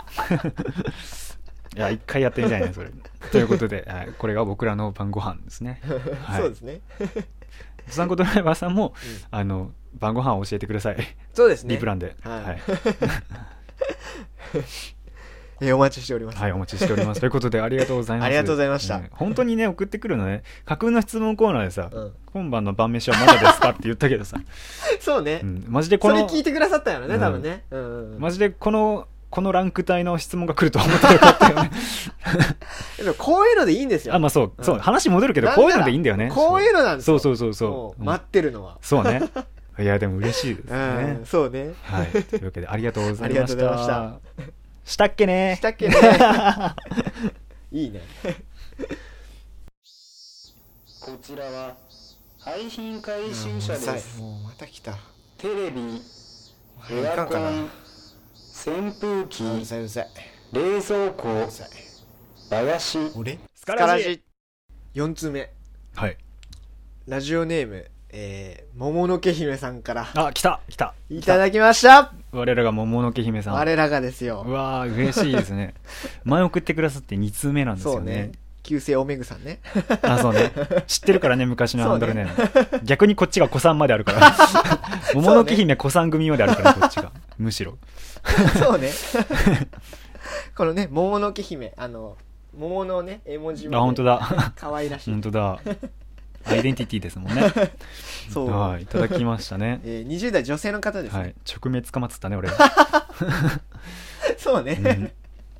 いや一回やってみたいねそれということで、はい、これが僕らの晩ご飯ですね、 はい、そうですねドサンコドライバーさんも、うん、あの晩ご飯を教えてください。 そうですね、 リプランで、 はい、はいえー、お待ちしております。 はい、お待ちしておりますということでありがとうございます。 ありがとうございました、うん、 本当にね送ってくるのね、架空の質問コーナーでさ、うん、今晩の晩飯はまだですかって言ったけどさそうね、 うん、マジでこのそれ聞いてくださったよね、うん、多分ね、うんうん、 マジでこのこのランク帯の質問が来ると思ってなかったよねでもこういうのでいいんですよ。 あ、まあそう、うん、そう話戻るけどこういうのでいいんだよね。 こういうのなんですよ。 そうそうそうそう、 待ってるのは、 うん、そうねいやでも嬉しいですね、 うん、そうね、 はい、というわけでありがとうございました。ありがとうございましたしたっけねしたっけねいいねこちらは廃品回収車です。 もうまた来た。 テレビ、エアコン、扇風機、 うさいうるさい、 冷蔵庫、和菓子、 俺スカラジよん通目、 はい、 ラジオネーム、えー、桃の毛姫さんから、 あ、来た来たいただきました。 我らが桃の毛姫さん、 我らがですよ。 うわー嬉しいですね前送ってくださってに通目なんですよね。 そうね、旧姓おめぐさんねあ、そうね、知ってるからね昔のハンドルネーム、ね、逆にこっちが子さんまであるから桃の毛姫子さん組まであるからこっちがむしろそうねこのね桃の毛姫、あの桃のね絵文字も、ね、 あ、本当だ可愛らしい、 本当だアイデンティティですもんねそう、 はい、いただきましたね、 えー、にじゅう代女性の方ですね、 はい、直滅かまつったね俺そうね、 うん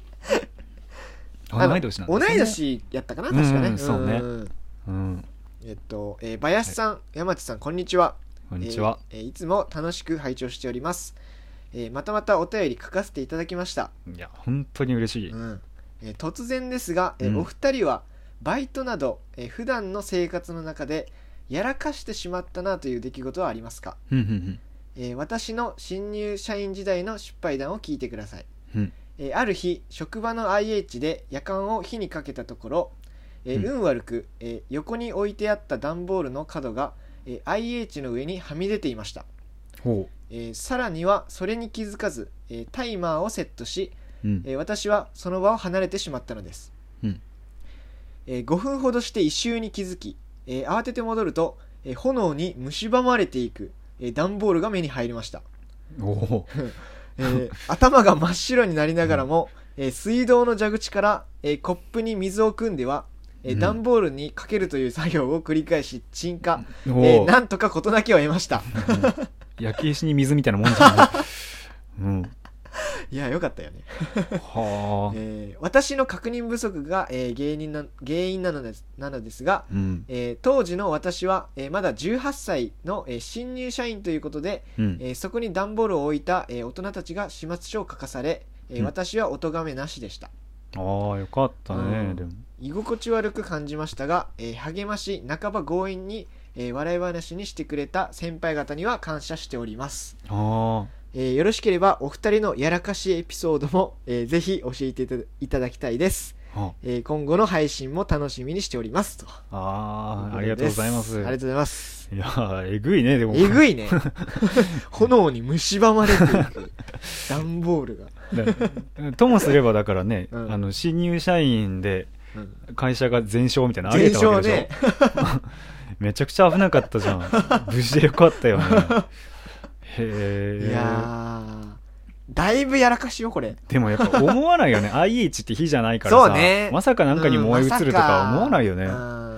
同い年なんですね。 同い年やったかな確かね、 うん、そうね、 うん、えっと、えー、林さん、はい、山地さん、こんにちは。 こんにちは、 えーえー、いつも楽しく拝聴しております、えー、またまたお便り書かせていただきました。 いや本当に嬉しい、 うんえー、突然ですが、えーうん、お二人はバイトなど、えー、普段の生活の中でやらかしてしまったなという出来事はありますか？えー、私の新入社員時代の失敗談を聞いてください。うんえー、ある日職場の アイエイチ で夜間を火にかけたところ、えー、運悪く、えー、横に置いてあった段ボールの角が、えー、アイエイチ の上にはみ出ていました。ほうえー、さらにはそれに気づかず、えー、タイマーをセットし、うんえー、私はその場を離れてしまったのです。うんえー、ごふんほどして異臭に気づき、えー、慌てて戻ると、えー、炎に蝕まれていく、えー、段ボールが目に入りました。おえー、頭が真っ白になりながらも、うんえー、水道の蛇口から、えー、コップに水を汲んでは、えーうん、段ボールにかけるという作業を繰り返し鎮火、えー、なんとか事なきを得ました、 うん、焼き石に水みたいなもんじゃない、うん、 いやよかったよねは、えー、私の確認不足が、えー、原因な、原因なのです、なのですが、うんえー、当時の私は、えー、まだじゅうはっさいの、えー、新入社員ということで、うんえー、そこに段ボールを置いた、えー、大人たちが始末書を書かされ、えーうん、私はお咎めなしでした。 ああよかったね、うん、でも居心地悪く感じましたが、えー、励まし半ば強引に、えー、笑い話にしてくれた先輩方には感謝しております。ああえー、よろしければお二人のやらかしエピソードも、えー、ぜひ教えていただきたいです、はあえー、今後の配信も楽しみにしておりますと。 ああありがとうございます。 ありがとうございます。 いやえぐいね。でもえぐいね炎に蝕まれていく段ボールがともすればだからね、うん、あの新入社員で会社が全焼みたいなのあげたわけでしょ、ね、めちゃくちゃ危なかったじゃん無事でよかったよねへいやだいぶやらかしよこれ。 でもやっぱ思わないよねアイエイチ って火じゃないからさそう、ね、まさかなんかに燃え移るとか思わないよね、うん、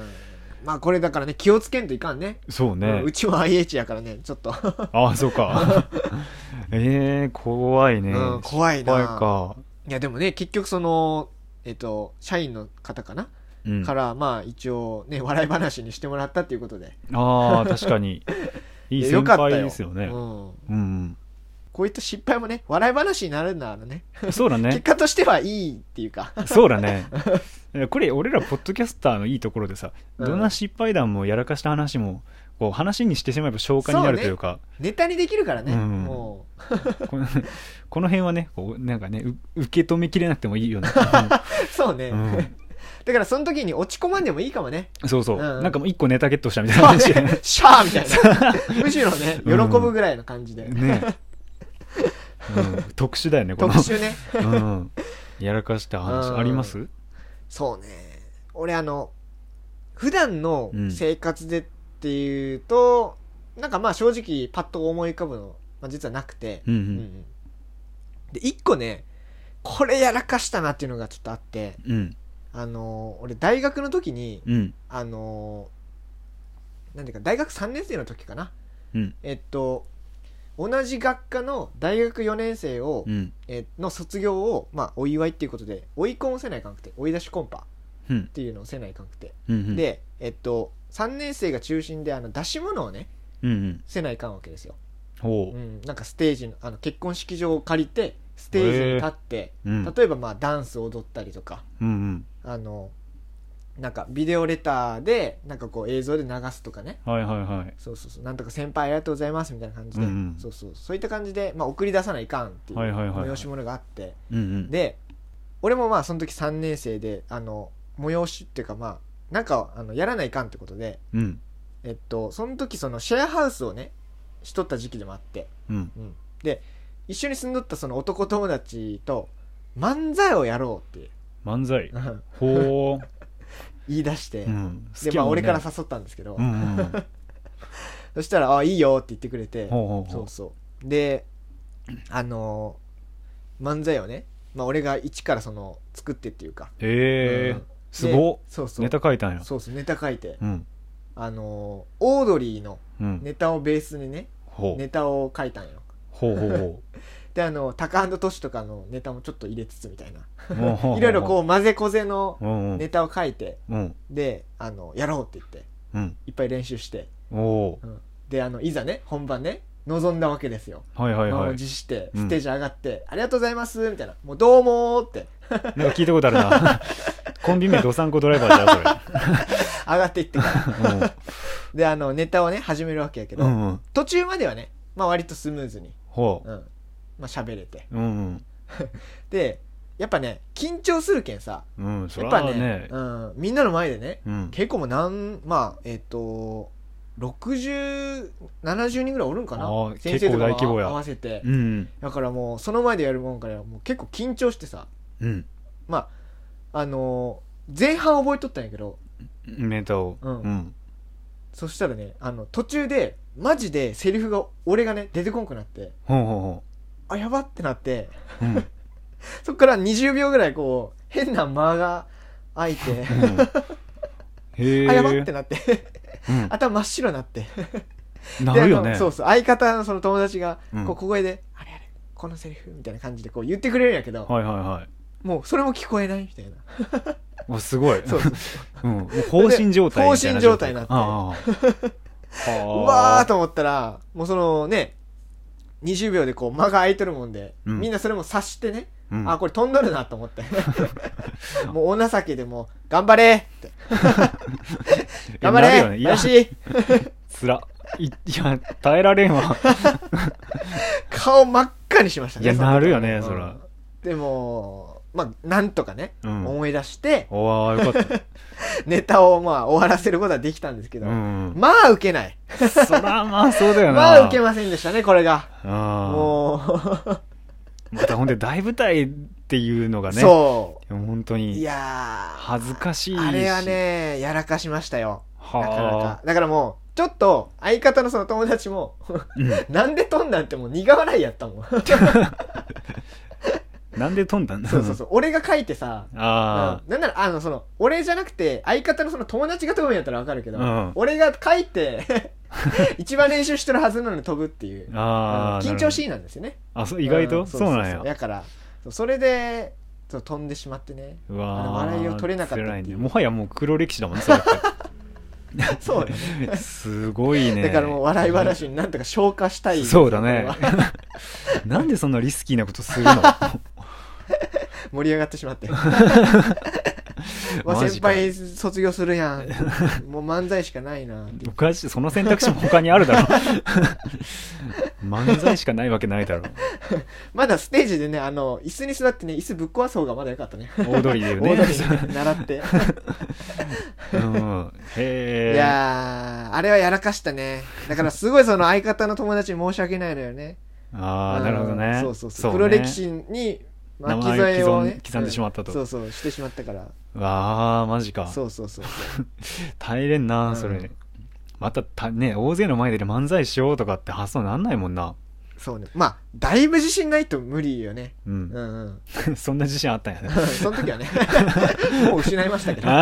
まあこれだからね気をつけんといかんね。 そうね、うん、 うちも アイエイチ やからねちょっとああそうかえー、怖いね、 うん、怖いな。怖いか。いやでもね結局そのえっと社員の方かな、うん、からまあ一応ね笑い話にしてもらったっていうことでああ確かにいい先輩ですよね。ようん、 うん、こういった失敗もね笑い話になるんだね。 そうだね。 結果としてはいいっていうか。 そうだね。これ俺らポッドキャスターのいいところでさ、うん、どんな失敗談もやらかした話もこう話にしてしまえば消化になるというか。 ね、ネタにできるからね。うん、もうこのこの辺はねこうなんかね受け止めきれなくてもいいよね。 そうね。うんだからその時に落ち込まんでもいいかもね。 そうそう、うん、なんかもう一個ネタゲットしたみたいな感じで、ね、 シャーみたいなむしろね喜ぶぐらいの感じで、うん、ねうん、特殊だよねこの特殊ね、 うん、やらかした話あります？ そうね、俺あの普段の生活でっていうと、うん、なんかまあ正直パッと思い浮かぶの、まあ、実はなくて、 うんうんうん、 で一個ねこれやらかしたなっていうのがちょっとあって、 うん、 あの俺大学の時に、 うん、 あのなんていうか大学さんねん生の時かな、 うん、 えっと同じ学科の大学よねん生を、うん、えの卒業を、まあ、お祝いっていうことで追い込んせないかんくて追い出しコンパっていうのをせないかんくて、 うん、 で、えっと、さんねん生が中心であの出し物をね、 うんうん、 せないかんわけですよ。 ほう、 うん、なんかステージの、あの結婚式場を借りてステージに立って、 うん、 例えばまあダンスを踊ったりとか、 うんうん、 あのなんかビデオレターでなんかこう映像で流すとかね、 はいはいはい、 そうそうそう、なんとか先輩ありがとうございますみたいな感じで、 うんうん、 そうそうそういった感じで、まあ、送り出さないかんっていう催し物があって、 うんうん、 で俺もまあその時さんねん生であの催しっていうかまあなんかあのやらないかんってことで、 うん、 えっとその時そのシェアハウスをねしとった時期でもあって、 うんうん、で一緒に住んどったその男友達と漫才をやろうって漫才ほう言い出して、 うん、 でまあ俺から誘ったんですけど、 うんうんうん、 そしたらあいいよって言ってくれて、 ほうほうほう、 そうそうであのー、漫才をね、まあ、俺が一からその作ってっていうか、 えーうん、すごっ、 そうそうネタ書いたんや、 そうそうネタ書いて、 うん、 あのー、オードリーのネタをベースにね、 うん、 ネタを書いたんよ。 ほうほうほうであのタカアンドトシとかのネタもちょっと入れつつみたいないろいろこう混ぜこぜのネタを書いて、 うん、 であのやろうって言って、 うん、 いっぱい練習して、 お、 うん、であのいざね本番ね臨んだわけですよ。 はいはいはい、 満を持してステージ上がって、うん、ありがとうございますみたいな、もうどうもーってなんか聞いたことあるなコンビ名ドサンコドライバーじゃんそれ上がっていってから、うん、であのネタをね始めるわけやけど、うんうん、途中まではね、まあ、割とスムーズにほう、 うん、まあ喋れて、 うんうん、でやっぱね緊張するけんさ、 うん、そやっらね、 ぱね、うん、みんなの前でね、 うん、 結構もうなんまあえっ、ー、とろくじゅう、ななじゅうにんぐらいおるんかな、先生とかも合わせて、 うん、 だからもうその前でやるもんからもう結構緊張してさ、 うん、 まああのー、前半覚えとったんやけどネタを、 うんうん、 そしたらねあの途中でマジでセリフが俺がね出てこんくなって、 ほうほうほう、あやばってなって、 うん、 そっからにじゅうびょうぐらいこう変な間が空いて、うん、 へあやばってなってうん、 頭真っ白になってなるよね。 そうそう、相方のその友達が、 うん、 こう小声であれあれこのセリフみたいな感じでこう言ってくれるんやけど、 はいはいはい、 もうそれも聞こえないみたいなわすごいそうそうそう、 うん、もう放心状態放心状態になってあうわーと思ったらもうそのねにじゅうびょうでこう間が空いてるもんで、うん、みんなそれも察してね、うん、あこれ飛んどるなと思ってもうお情けでも頑張れって頑張れよしつらい、いや耐えられんわ顔真っ赤にしましたね。 いやなるよね、うん、そら。 でもまあなんとかね、 うん、 思い出しておわよかったネタをまあ終わらせることはできたんですけど、うん、まあ受けないそらまあそうだよなまあ受けませんでしたねこれが。 あもうまたほんで大舞台っていうのがね、 そう本当にいや恥ずかしいし、 あれはねやらかしましたよ、なかなか。だからもうちょっと相方のその友達も、うん、なんで飛んだんってもう苦笑いやったもんなんで飛んだんだそうそうそう、俺が書いてさ、 あ、 うん、なんならあのその俺じゃなくて相方のその友達が飛ぶんやったらわかるけど、 うん、 俺が書いて一番練習してるはずなのに飛ぶっていう、 あ、 うん、緊張しいなんですよね。 あ、そう意外と、うん、 そうそうなんや。 だからそれでそう飛んでしまってね、 うわ笑いを取れなかったっていう、 ね、もはやもう黒歴史だもんねそれってそうねすごいね。 だからもう笑い話になんとか消化したい。 そうだねなんでそんなリスキーなことするの盛り上がってしまって先輩卒業するやんもう漫才しかないな。 おかしい、その選択肢も他にあるだろ漫才しかないわけないだろまだステージでねあの椅子に座ってね椅子ぶっ壊す方がまだよかったね大通りでね大通りで習ってうん、へーいやーあれはやらかしたね。だからすごいその相方の友達に申し訳ないのよね。 ああなるほどね。 そうそうそう、黒歴史に巻き添えを、ね、 刻んでしまったと、 そうそうしてしまったから。 わあマジか。 そうそうそうそう耐えれんなそれ、うん、またたね大勢の前で漫才しようとかって発想なんないもんな。 そうね、まあだいぶ自信ないと無理よね。うん、 うんうんそんな自信あったんやねその時はねもう失いましたけど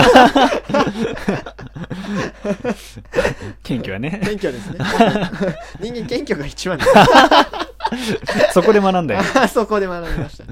謙虚やね。 謙虚ですね人間謙虚が一番ですそこで学んだよそこで学びました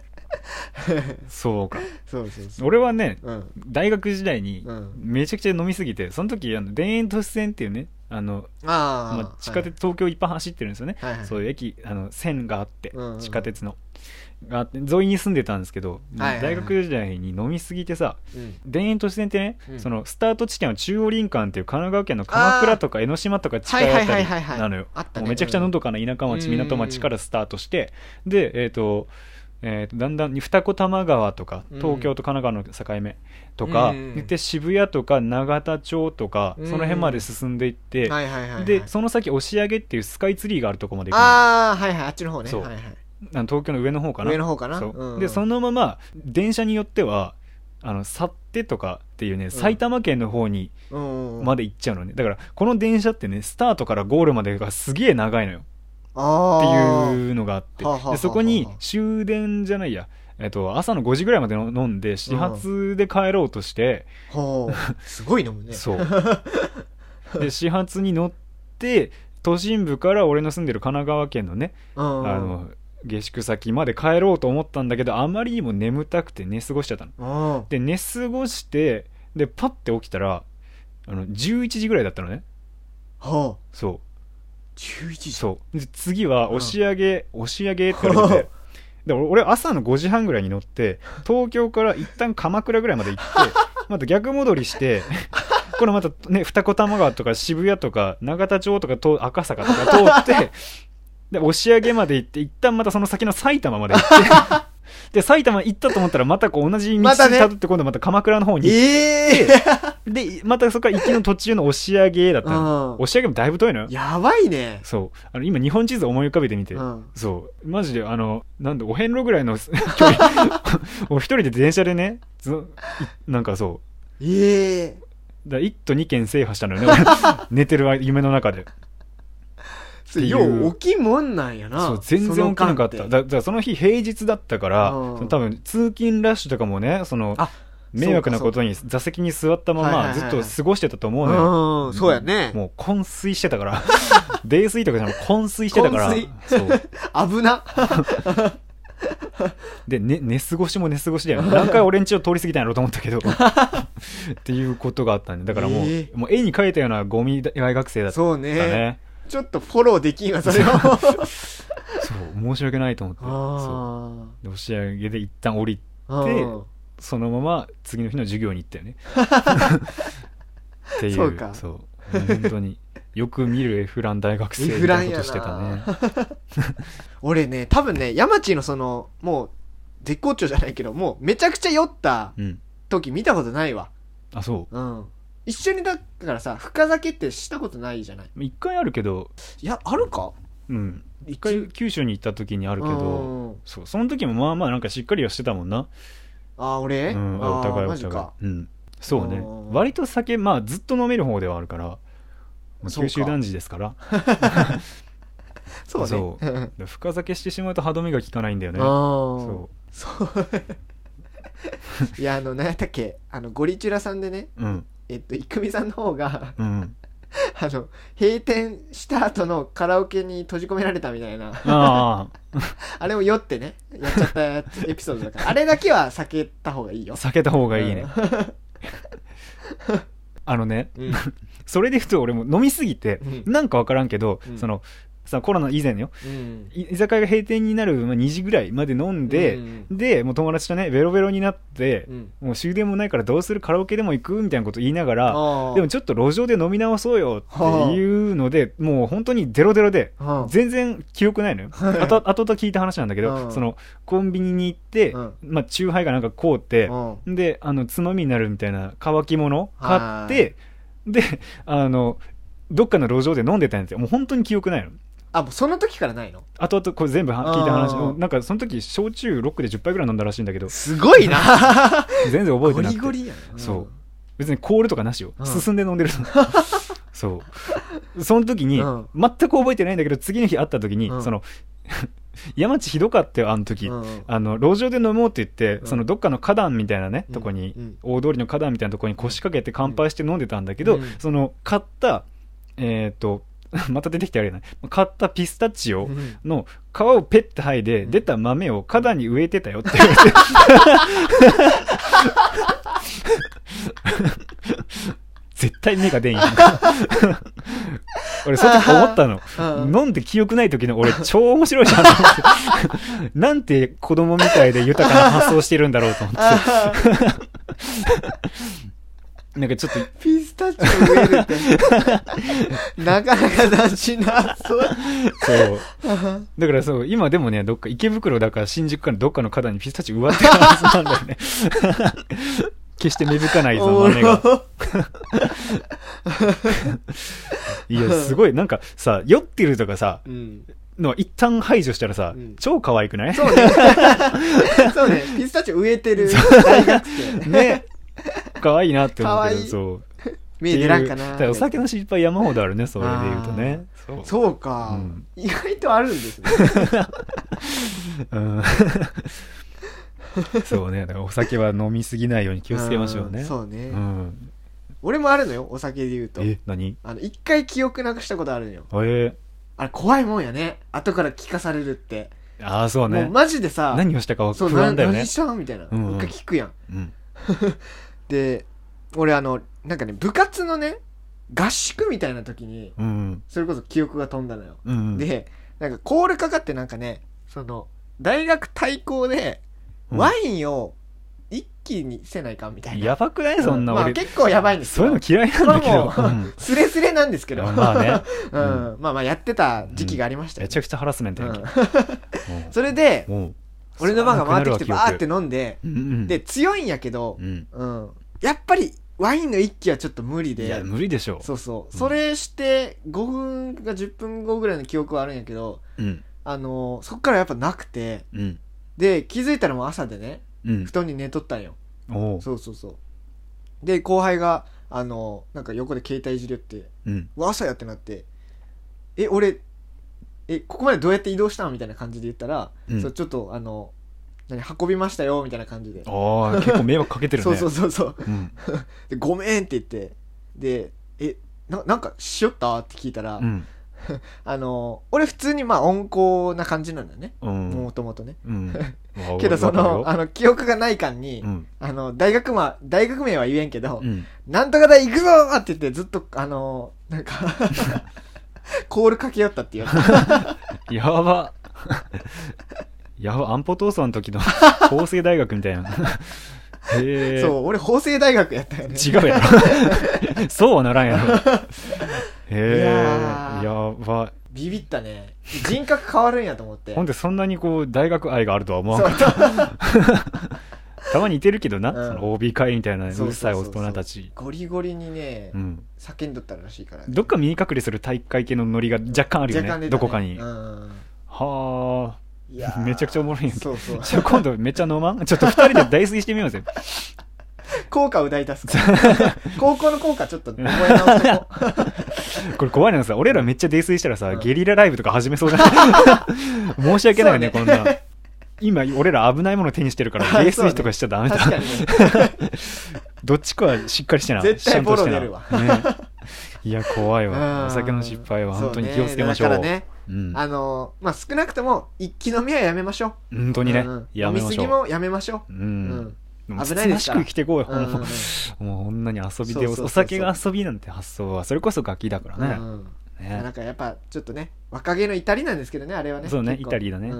そうか。 そうそうそう。 俺はね、うん、大学時代にめちゃくちゃ飲みすぎて、その時あの田園都市線っていうねあのあ、まあ、地下鉄、はい、東京いっぱい走ってるんですよね、はいはい、そういう駅あの線があって、うんうん、地下鉄のがあって沿いに住んでたんですけど、はいはいはい、大学時代に飲みすぎてさ、うん、田園都市線ってね、うん、そのスタート地点は中央林間っていう神奈川県の鎌倉とか江ノ島とか近いあたりなのよ。もうめちゃくちゃのどかな田舎町、うん、港町からスタートして、でえっ、ー、とえー、とだんだん二子玉川とか東京と神奈川の境目とか、うん、で渋谷とか永田町とか、うん、その辺まで進んでいって、はいはいはいはい、でその先押上っていうスカイツリーがあるとこまで行くの。 ああはいはい、あっちの方ね。 そう、 はいはい、 東京の上の方かな。 上の方かな。 そう、うんうん、でそのまま電車によってはあの去ってとかっていうね、うん、埼玉県の方にまで行っちゃうのね。だからこの電車ってねスタートからゴールまでがすげえ長いのよっていうのがあって、でそこに終電じゃないや、えっと、朝のごじぐらいまで飲んで始発で帰ろうとして、 うん、すごい飲むね。 そうで始発に乗って都心部から俺の住んでる神奈川県のね、うん、あの下宿先まで帰ろうと思ったんだけど、あまりにも眠たくて寝過ごしちゃったの、うん、で寝過ごしてでパッて起きたらあのじゅういちじぐらいだったのね。はあ、そうじゅういちじ。 そうで次は押し上げ、うん、押し上げって言われてで俺朝のごじはんぐらいに乗って東京から一旦鎌倉ぐらいまで行ってまた逆戻りしてこれまたね二子玉川とか渋谷とか永田町とかと赤坂とか通ってで押し上げまで行って一旦またその先の埼玉まで行ってで埼玉行ったと思ったらまたこう同じ道にたどって今度また鎌倉の方に行って、えー、でまたそこから行きの途中の押し上げだったの。押し上げもだいぶ遠いのよ。 やばいね。 そうあの今日本地図思い浮かべてみて、うん、そうマジであのなんでお遍路ぐらいの距離を一人で電車でねなんかそうええー、だいち都に県制覇したのよね寝てる夢の中で。 よう起きもんなんやな。 そう全然起きなかった。だだからその日平日だったから、うん、多分通勤ラッシュとかもねその迷惑なことに座席に座ったままずっと過ごしてたと思うのよ。 そうやね。 もう昏睡してたから泥酔とかじゃなくて昏睡してたからそう危なで、ね、寝過ごしも寝過ごしだよね。何回俺ん家を通り過ぎたんやろうと思ったけどっていうことがあったんで、だからもう、えー、もう絵に描いたようなゴミ大学生だったね。そうね。 ちょっとフォローできんわそれをそう申し訳ないと思って、そうで押し上げで一旦降りてそのまま次の日の授業に行ったよねっていう。そうか。そう本当によく見るエフラン大学生みたいなことしてたね俺ね多分ね山地のそのもう絶好調じゃないけどもうめちゃくちゃ酔った時見たことないわ、 うん、あそう、 うん一緒にだからさ深酒ってしたことないじゃない。 一回あるけど。 いやあるか。 うん一回九州に行った時にあるけど、そうその時もまあまあなんかしっかりはしてたもんな。 あ俺、うん、 あお互いお互い、うん、そうね割と酒まあずっと飲める方ではあるから九州男児ですからそうねそう深酒してしまうと歯止めが効かないんだよね。そうそういやあの何やったっけあのゴリチュラさんでね、うんえっと、いくみさんの方が、うん、あの閉店した後のカラオケに閉じ込められたみたいな あ, あれを酔ってねやっちゃったエピソードだからあれだけは避けた方がいいよ。 避けた方がいいね、うん、あのね、うん、それでふと俺も飲みすぎて、うん、なんか分からんけど、うん、そのさコロナ以前よ、うん、居酒屋が閉店になるにじぐらいまで飲んで、うん、でもう友達とねベロベロになって、うん、もう終電もないからどうするカラオケでも行くみたいなこと言いながらでもちょっと路上で飲み直そうよっていうのでもう本当にデロデロで全然記憶ないのよあと後々聞いた話なんだけどそのコンビニに行って、うんまあ、チューハイがなんか買うてであのつまみになるみたいな乾き物買ってであのどっかの路上で飲んでたんですよ。もう本当に記憶ないのあ、もうその時からないの？ あとあとこれ全部聞いた話、なんかその時焼酎ロックでじゅっぱいぐらい飲んだらしいんだけど、 すごいな全然覚えてなくて、 ゴリゴリやな。 そう別にコールとかなしよ、うん、進んで飲んでるそうその時に、うん、全く覚えてないんだけど次の日会った時に、うん、その山地ひどかったよあの時、うん、あの路上で飲もうって言って、うん、そのどっかの花壇みたいなね、うん、とこに、うん、大通りの花壇みたいなとこに腰掛けて乾杯して飲んでたんだけど、うん、その買ったえっ、ー、とまた出てきてあれやない買ったピスタチオの皮をペッて剥いで、うん、出た豆を花壇に植えてたよって言われて絶対目が出んやん俺その時思ったの飲んで記憶ない時の俺超面白いじゃんと思ってなんて子供みたいで豊かな発想してるんだろうと思ってなんかちょっとピスタチオ植えるってなかなかだしなそうそうだからそう今でもねどっか池袋だから新宿からどっかの花壇にピスタチオ植わってるはずなんだよね決して芽吹かないぞ豆がいやすごいなんかさ酔ってるとかさ、うん、の一旦排除したらさ、うん、超可愛くない？ そうねそうねピスタチオ植えてる大学生ね可愛いなって思うけどそう見えてらんかな。 お酒の失敗山ほどあるねそれで言うとね。 そう、そうか、うん、意外とあるんですね、 うん、そうねだからお酒は飲みすぎないように気をつけましょうね。 うそうね、うん、俺もあるのよお酒で言うと。 え何？ あの一回記憶なくしたことあるのよ。 えー、 あれ怖いもんやね後から聞かされるって。 ああそうね。 もうマジでさ何をしたか不安だよね。 何したんみたいな、うんうん、一回聞くやん、 うん、 で俺あのなんかね部活のね合宿みたいな時に、うんうん、それこそ記憶が飛んだのよ、うんうん、でなんかコールかかってなんかねその大学対抗でワインを一気にせないかみたいな、うん、 やばくないそんな、 うん、まあ結構やばいんですよ。そういうの嫌いなんだけど、 まあ、もうスレスレなんですけどまあね、 うん、まあまあやってた時期がありましたよ、ね、 めちゃくちゃハラスメントやんけ、うん、 それで俺の番が回ってきてバーって飲んで、うんうん、で強いんやけど、うんうん、やっぱりワインの一気はちょっと無理で。 いや無理でしょ。 そうそう、うん、それしてごふんかじゅっぷんごぐらいの記憶はあるんやけど、うん、あのそっからやっぱなくて、うん、で気づいたらもう朝でね、うん、布団に寝とったんよ。おそうそうそうで後輩があのなんか横で携帯いじりよって、うん、朝やってなってえ俺えここまでどうやって移動したのみたいな感じで言ったら、うん、そうちょっとあの何運びましたよみたいな感じで。 ああ結構迷惑かけてるねそうそうそうそう、うん、でごめんって言ってでえ な, なんかしよったって聞いたら、うん、あの俺普通にまあ温厚な感じなんだよねもともとね、うん、けどそのあの記憶がない間に、うん、あの大学ま大学名は言えんけど、うん、なんとか大行くぞって言ってずっとあのなんかコールかけよったって言われたやばやば安保闘争の時の法政大学みたいなへそう俺法政大学やったよね。 違うやろそうはならんやろへえやばビビったね。人格変わるんやと思ってほんでそんなにこう大学愛があるとは思わなかったたまにいてるけどな、うん、その オービー 会みたいなうるさい大人たちゴリゴリにね、うん、叫んどったらしいから、ね、 どっか右隠れする体育会系のノリが若干あるよ ね, ねどこかに、うん、はあいやめちゃくちゃおもろいんやんけど。そうそうじゃあ今度めっちゃ飲まんちょっとふたりで大水してみようぜ効果歌い出すから高校の効果ちょっと覚え直してこうこれ怖いのがさ俺らめっちゃ泥酔したらさ、うん、ゲリラライブとか始めそうじゃない申し訳ないねこんな今俺ら危ないもの手にしてるから泥酔とかしちゃダメだ、ね、どっちかはしっかりしてな絶対ボロ出るわ、ね、 いや怖いわお酒の失敗は本当に気をつけましょう、ね、だからねうん、あのまあ少なくとも一気飲みはやめましょう本当にね、うん、やめましょう飲みすぎもやめましょう、うんうん、危ないですからつつましく生きてこうよ、うんうんうん、もうこんなに遊びでお酒が遊びなんて発想はそれこそガキだからね、うんうんねなんかやっぱちょっとね若気の至りなんですけどねあれはねそうねイタリーだね、うんうん、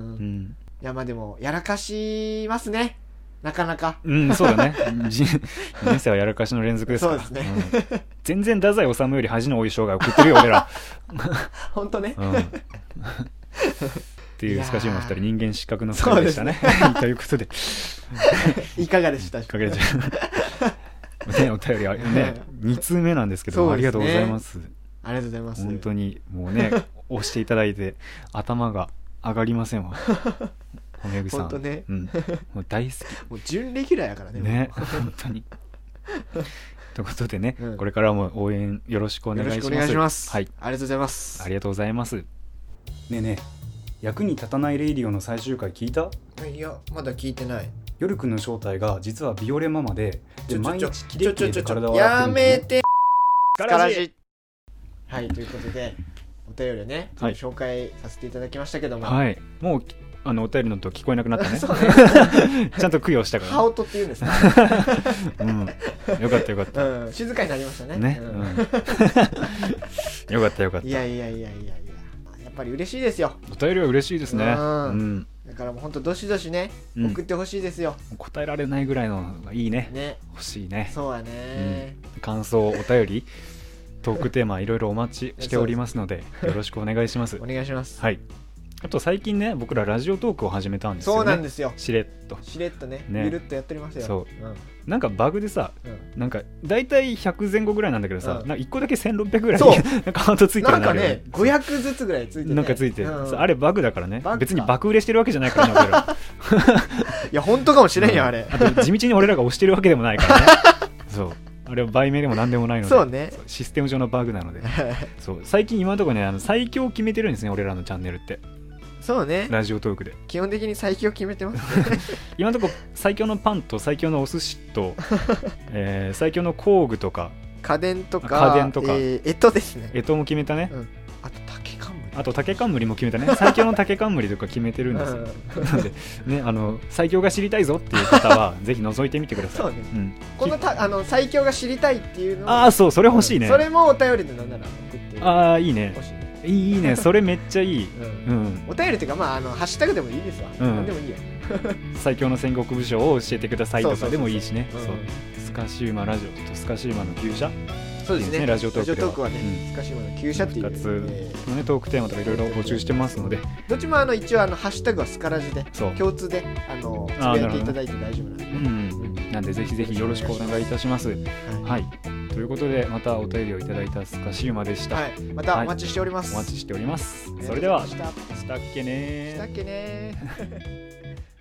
いやまあでもやらかしますねなかなかうんそうだね人生はやらかしの連続ですからそうですね、 うん、全然太宰治より恥の多い生涯を送ってるよ俺ら本当ね、 うんっていうスカシウマふたり人間失格のふたりでしたねということでいかがでしたいかがでしたねお便りはねに通目なんですけど、ね、ありがとうございますありがとうございます本当にもうね押していただいて頭が上がりませんわおめぐさん。 本当ね、 うん、もう大好き。 もう準レギュラーやからね。 ね本当にということでね、うん、これからも応援よろしくお願いします。よろしくお願いします。 はい、ありがとうございます。 ありがとうございます。ねえねえ、役に立たないレイディオの最終回聞いた？ いやまだ聞いてない。 夜くんの正体が実はビオレママで、で毎日キレイキレイで体を洗ってるんですね。やめてからじ。はい、ということでお便りをね、はい、紹介させていただきましたけども、 はい、もうあのお便りのと聞こえなくなったね。 そうねちゃんと供養したから、ね。 ハオトって言うんですか。 うん、よかったよかった。 うん、静かになりましたね。 ね。うん、よかったよかった。 いやいやいやいやいや、やっぱり嬉しいですよ。 お便りは嬉しいですね。うん。うん、 だからもう本当どしどしね、うん、送ってほしいですよ。 答えられないぐらいのがいいね。 ね。 欲しいね。 そうやね、 うん。感想お便り。トークテーマいろいろお待ちしておりますのでよろしくお願いします。 お願いします。 はい。あと最近ね僕らラジオトークを始めたんですよね。 そうなんですよ。 しれっとしれっとね、ねゆるっとやっておりますよ。 そう、うん、なんかバグでさ、うん、なんかだいたいひゃくぜん後ぐらいなんだけどさ、うん、なんかいっこだけせんろっぴゃくぐらいなんかハートついてるのあるよね。なんかねごひゃくずつぐらいついててなんかついてる、うん、あれバグだからね。 か別に爆売れしてるわけじゃないからね俺らいや本当かもしれんよ、うん、あれ。 あと地道に俺らが押してるわけでもないからねそうあれは売名でも何でもないので、 そうね、 システム上のバグなのでそう最近今のところねあの最強を決めてるんですね俺らのチャンネルって。 そうね、 ラジオトークで基本的に最強決めてますね今のところ最強のパンと最強のお寿司と、えー、最強の工具とか家電とか家電とか、 えー、干支ですね。 干支も決めたね、 うん、あと竹冠あと竹冠も決めたね。最強の竹冠とか決めてるんですよなので、ね、あの最強が知りたいぞっていう方はぜひ覗いてみてください。 そうね、うん、このたあの最強が知りたいっていうのああそうそれ欲しいね、 うん、それもお便りでなんなら送ってああいいね欲しいねいいねそれめっちゃいい、 うんうん、お便りっていうかまああのハッシュタグでもいいですわ、うん、何でもいいよ最強の戦国武将を教えてくださいとかでもいいしね。スカシウマラジオとスカシウマの旧車そうですね、 ラジオトークでは、 ークはね、うん、スカシウマの旧車っていう、ね、 ふたつの、ね、トークテーマとかいろいろ募集してますので、 どっちもあの一応あのハッシュタグはスカラジで共通であのつぶやいていただいて大丈夫なんで、うんうん、なんでぜひぜひよろしくお願いいたします。はい、はい、ということでまたお便りをいただいたスカシウマでした。 はい、またお待ちしております。 はい、お待ちしております。それではしたっけねしたっけね